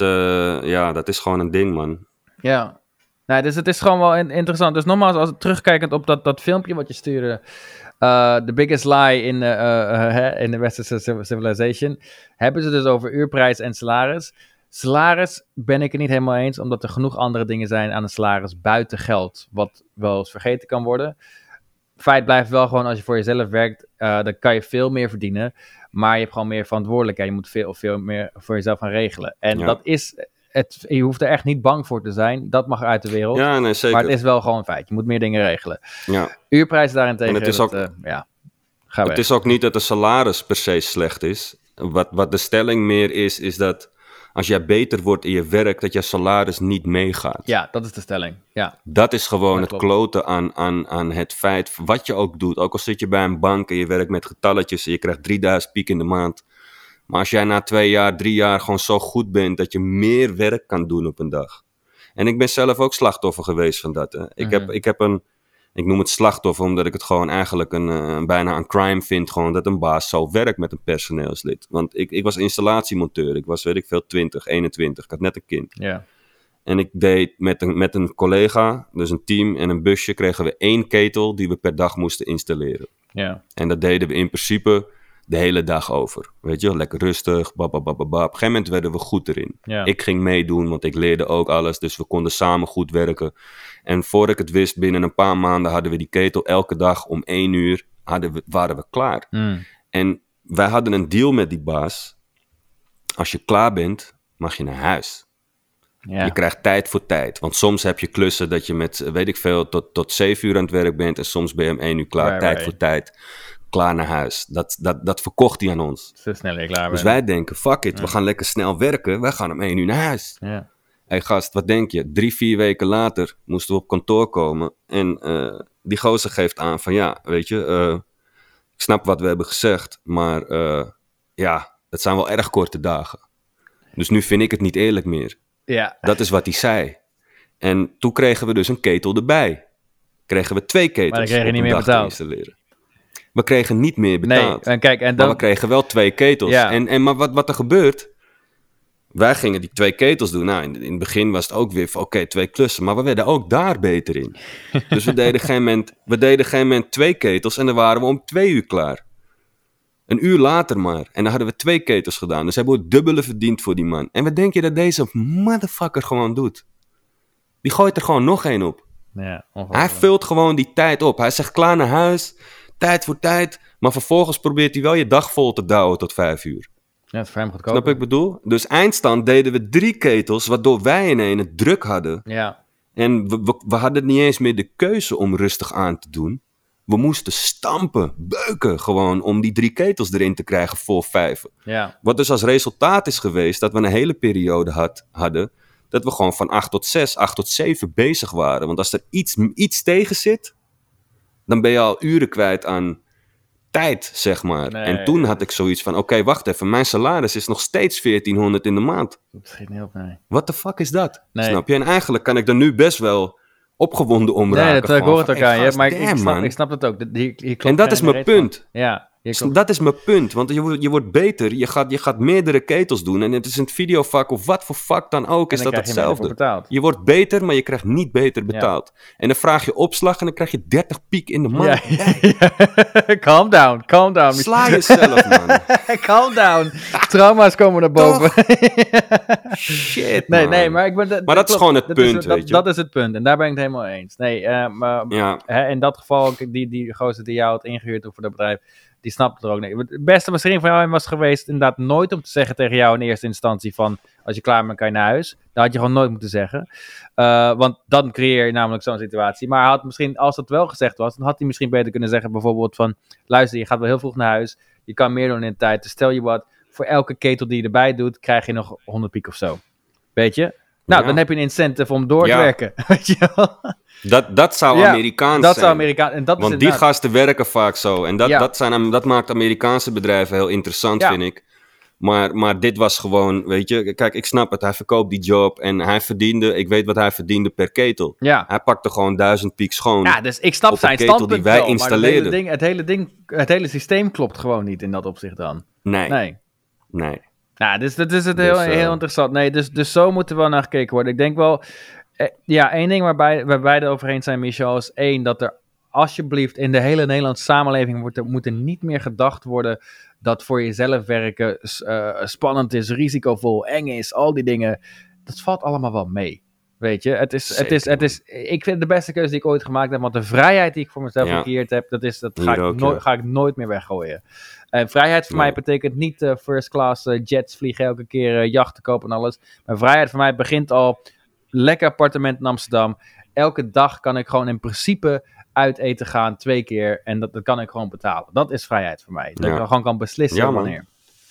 Dat is gewoon een ding, man. Ja. Nou, dus het is gewoon wel interessant. Dus nogmaals, als terugkijkend op dat filmpje wat je stuurde... The Biggest Lie in the Western Civilization... hebben ze dus over uurprijs en salaris. Salaris ben ik het niet helemaal eens... omdat er genoeg andere dingen zijn aan een salaris buiten geld... wat wel eens vergeten kan worden. Feit blijft wel gewoon, als je voor jezelf werkt... dan kan je veel meer verdienen... maar je hebt gewoon meer verantwoordelijkheid. Je moet veel meer voor jezelf gaan regelen. En dat is... je hoeft er echt niet bang voor te zijn. Dat mag uit de wereld. Ja, nee, zeker. Maar het is wel gewoon een feit. Je moet meer dingen regelen. Ja. Uurprijs daarentegen. En het is ook, het is ook niet dat de salaris per se slecht is. Wat de stelling meer is dat als jij beter wordt in je werk, dat je salaris niet meegaat. Ja, dat is de stelling. Ja. Dat is gewoon het kloten aan het feit, wat je ook doet. Ook al zit je bij een bank en je werkt met getalletjes en je krijgt 3000 piek in de maand. Maar als jij na 2 jaar, 3 jaar gewoon zo goed bent dat je meer werk kan doen op een dag. En ik ben zelf ook slachtoffer geweest van dat. Hè. Ik noem het slachtoffer omdat ik het gewoon eigenlijk bijna een crime vind. Gewoon dat een baas zo werkt met een personeelslid. Want ik was installatiemonteur. Ik was, 20, 21. Ik had net een kind. Yeah. En ik deed met een collega, dus een team en een busje, kregen we 1 ketel die we per dag moesten installeren. Yeah. En dat deden we in principe de hele dag over. Weet je, lekker rustig. Op een gegeven moment werden we goed erin. Ja. Ik ging meedoen, want ik leerde ook alles. Dus we konden samen goed werken. En voor ik het wist, binnen een paar maanden hadden we die ketel elke dag om 1 uur waren we klaar. En wij hadden een deal met die baas. Als je klaar bent, mag je naar huis. Ja. Je krijgt tijd voor tijd. Want soms heb je klussen dat je met, tot 7 uur aan het werk bent. En soms ben je om 1 uur klaar. Tijd voor tijd. Klaar naar huis. Dat verkocht hij aan ons. Zo snel je klaar bent. Dus wij denken, fuck it, we gaan lekker snel werken. Wij gaan om 1 uur naar huis. Ja. Hé gast, wat denk je? 3-4 weken later moesten we op kantoor komen. En die gozer geeft aan van ik snap wat we hebben gezegd. Maar het zijn wel erg korte dagen. Dus nu vind ik het niet eerlijk meer. Ja. Dat is wat hij zei. En toen kregen we dus een ketel erbij. Kregen we 2 ketels. Maar dan kreeg je niet meer betaald. We kregen niet meer betaald. Nee, en kijk, en dan... Maar we kregen wel 2 ketels. Ja. Maar wat er gebeurt... wij gingen die 2 ketels doen. Nou, in het begin was het ook weer van, oké, 2 klussen. Maar we werden ook daar beter in. Dus we deden geen moment 2 ketels en dan waren we om 2 uur klaar. Een uur later maar. En dan hadden we 2 ketels gedaan. Dus hebben we het dubbele verdiend voor die man. En wat denk je dat deze motherfucker gewoon doet? Die gooit er gewoon nog 1 op. Ja, hij vult gewoon die tijd op. Hij zegt klaar naar huis, tijd voor tijd. Maar vervolgens probeert hij wel je dag vol te douwen tot 5 uur. Ja, het is voor hem goedkoop. Snap ik bedoel? Dus eindstand deden we 3 ketels, waardoor wij in één het druk hadden. Ja. En we hadden niet eens meer de keuze om rustig aan te doen. We moesten stampen, beuken gewoon om die 3 ketels erin te krijgen voor 5. Ja. Wat dus als resultaat is geweest dat we een hele periode hadden dat we gewoon van 8 tot 6, 8 tot 7 bezig waren. Want als er iets tegen zit, dan ben je al uren kwijt aan tijd, zeg maar. Nee. En toen had ik zoiets van, oké, wacht even, mijn salaris is nog steeds 1400 in de maand. Dat schiet niet op, nee. What the fuck is dat? Nee. Snap je? En eigenlijk kan ik er nu best wel opgewonden om raken. Nee, dat ik hoor het ook aan je, maar damn, ik snap het ook. En dat is mijn punt. Ja. Dat is mijn punt, want je wordt beter, je gaat meerdere ketels doen en het is een videovak of wat voor vak dan ook, is dat hetzelfde. Je wordt beter, maar je krijgt niet beter betaald. Ja. En dan vraag je opslag en dan krijg je 30 piek in de maand. Ja. Calm down. Sla jezelf, man. Calm down. Trauma's komen naar boven. Shit, man. Nee, maar ik ben... Maar dat is gewoon het punt, weet je. Dat is het punt en daar ben ik het helemaal eens. Nee, in dat geval, die gozer die jou had ingehuurd voor dat bedrijf, die snapte er ook niet. Het beste misschien van jou was geweest inderdaad nooit om te zeggen tegen jou in eerste instantie van als je klaar bent kan je naar huis. Dat had je gewoon nooit moeten zeggen. Want dan creëer je namelijk zo'n situatie. Maar hij had misschien, als dat wel gezegd was, dan had hij misschien beter kunnen zeggen bijvoorbeeld van luister, je gaat wel heel vroeg naar huis. Je kan meer doen in de tijd. Dus stel je wat, voor elke ketel die je erbij doet, krijg je nog 100 piek of zo. Weet je? Nou, dan heb je een incentive om door te werken. Weet je wel? Dat zou Amerikaans zijn. Zou Amerikaans. En dat want die gasten werken vaak zo. En dat maakt Amerikaanse bedrijven heel interessant, vind ik. Maar dit was gewoon, weet je... Kijk, ik snap het. Hij verkoopt die job en hij verdiende... Ik weet wat hij verdiende per ketel. Ja. Hij pakte gewoon 1000 piek schoon. Ja, dus ik snap zijn standpunt die wij installeerden. Maar het hele systeem klopt gewoon niet in dat opzicht dan. Nee. Ja, dus dat is het heel interessant. Nee, dus zo moet er wel naar gekeken worden. Ik denk wel... één ding waar wij beide overheen zijn, Michel, is 1, dat er alsjeblieft in de hele Nederlandse samenleving moet er niet meer gedacht worden dat voor jezelf werken spannend is, risicovol, eng is, al die dingen. Dat valt allemaal wel mee. Weet je, het is, ik vind de beste keuze die ik ooit gemaakt heb, want de vrijheid die ik voor mezelf gecreëerd heb, ga ik nooit meer weggooien. En vrijheid voor mij betekent niet first class jets vliegen elke keer, jachten kopen en alles. Maar vrijheid voor mij begint al lekker appartement in Amsterdam. Elke dag kan ik gewoon in principe uit eten gaan 2 keer en dat kan ik gewoon betalen. Dat is vrijheid voor mij. Dat ik gewoon kan beslissen wanneer.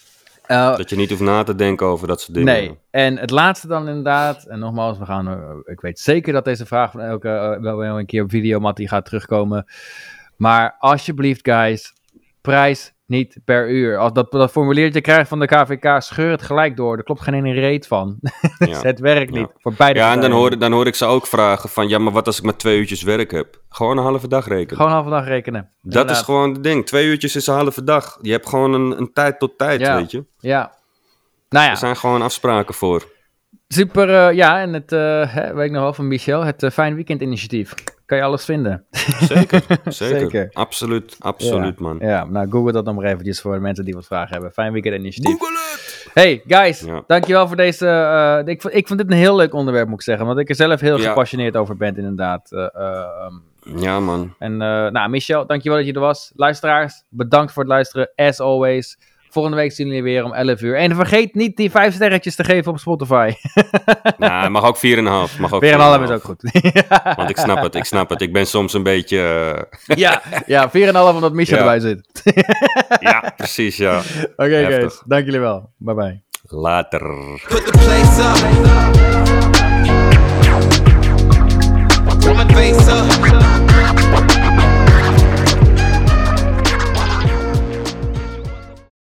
Dat je niet hoeft na te denken over dat soort dingen. Nee, en het laatste dan inderdaad, en nogmaals, ik weet zeker dat deze vraag van wel een keer op videomattie gaat terugkomen. Maar alsjeblieft, guys, prijs niet per uur. Als dat formuliertje krijgt van de KVK, scheur het gelijk door. Er klopt geen ene reet van. Dus het werkt niet. Voor beide partijen. En dan hoor ik ze ook vragen van, ja, maar wat als ik maar 2 uurtjes werk heb? Gewoon een halve dag rekenen. Gewoon een halve dag rekenen. Dat is gewoon het ding. 2 uurtjes is een halve dag. Je hebt gewoon een tijd tot tijd, weet je. Ja. Nou ja. Er zijn gewoon afspraken voor. Super, en het, weet ik nog wel van Michel, het Fijn Weekend initiatief. Kan je alles vinden. Zeker. Absoluut, man. Ja, nou google dat dan maar eventjes voor de mensen die wat vragen hebben. Fijn Weekend initiatief. Google het! Hey, guys, dankjewel voor deze... Ik vond dit een heel leuk onderwerp, moet ik zeggen. Want ik er zelf heel gepassioneerd over ben, inderdaad. Ja, man. En Michel, dankjewel dat je er was. Luisteraars, bedankt voor het luisteren, as always. Volgende week zien jullie weer om 11 uur. En vergeet niet die 5 sterretjes te geven op Spotify. Nou, mag ook 4,5. 4,5 is ook goed. Want ik snap het. Ik ben soms een beetje... Ja, 4,5 omdat Michel erbij zit. Ja, precies, ja. Oké, guys. Dank jullie wel. Bye bye. Later. Put the place up.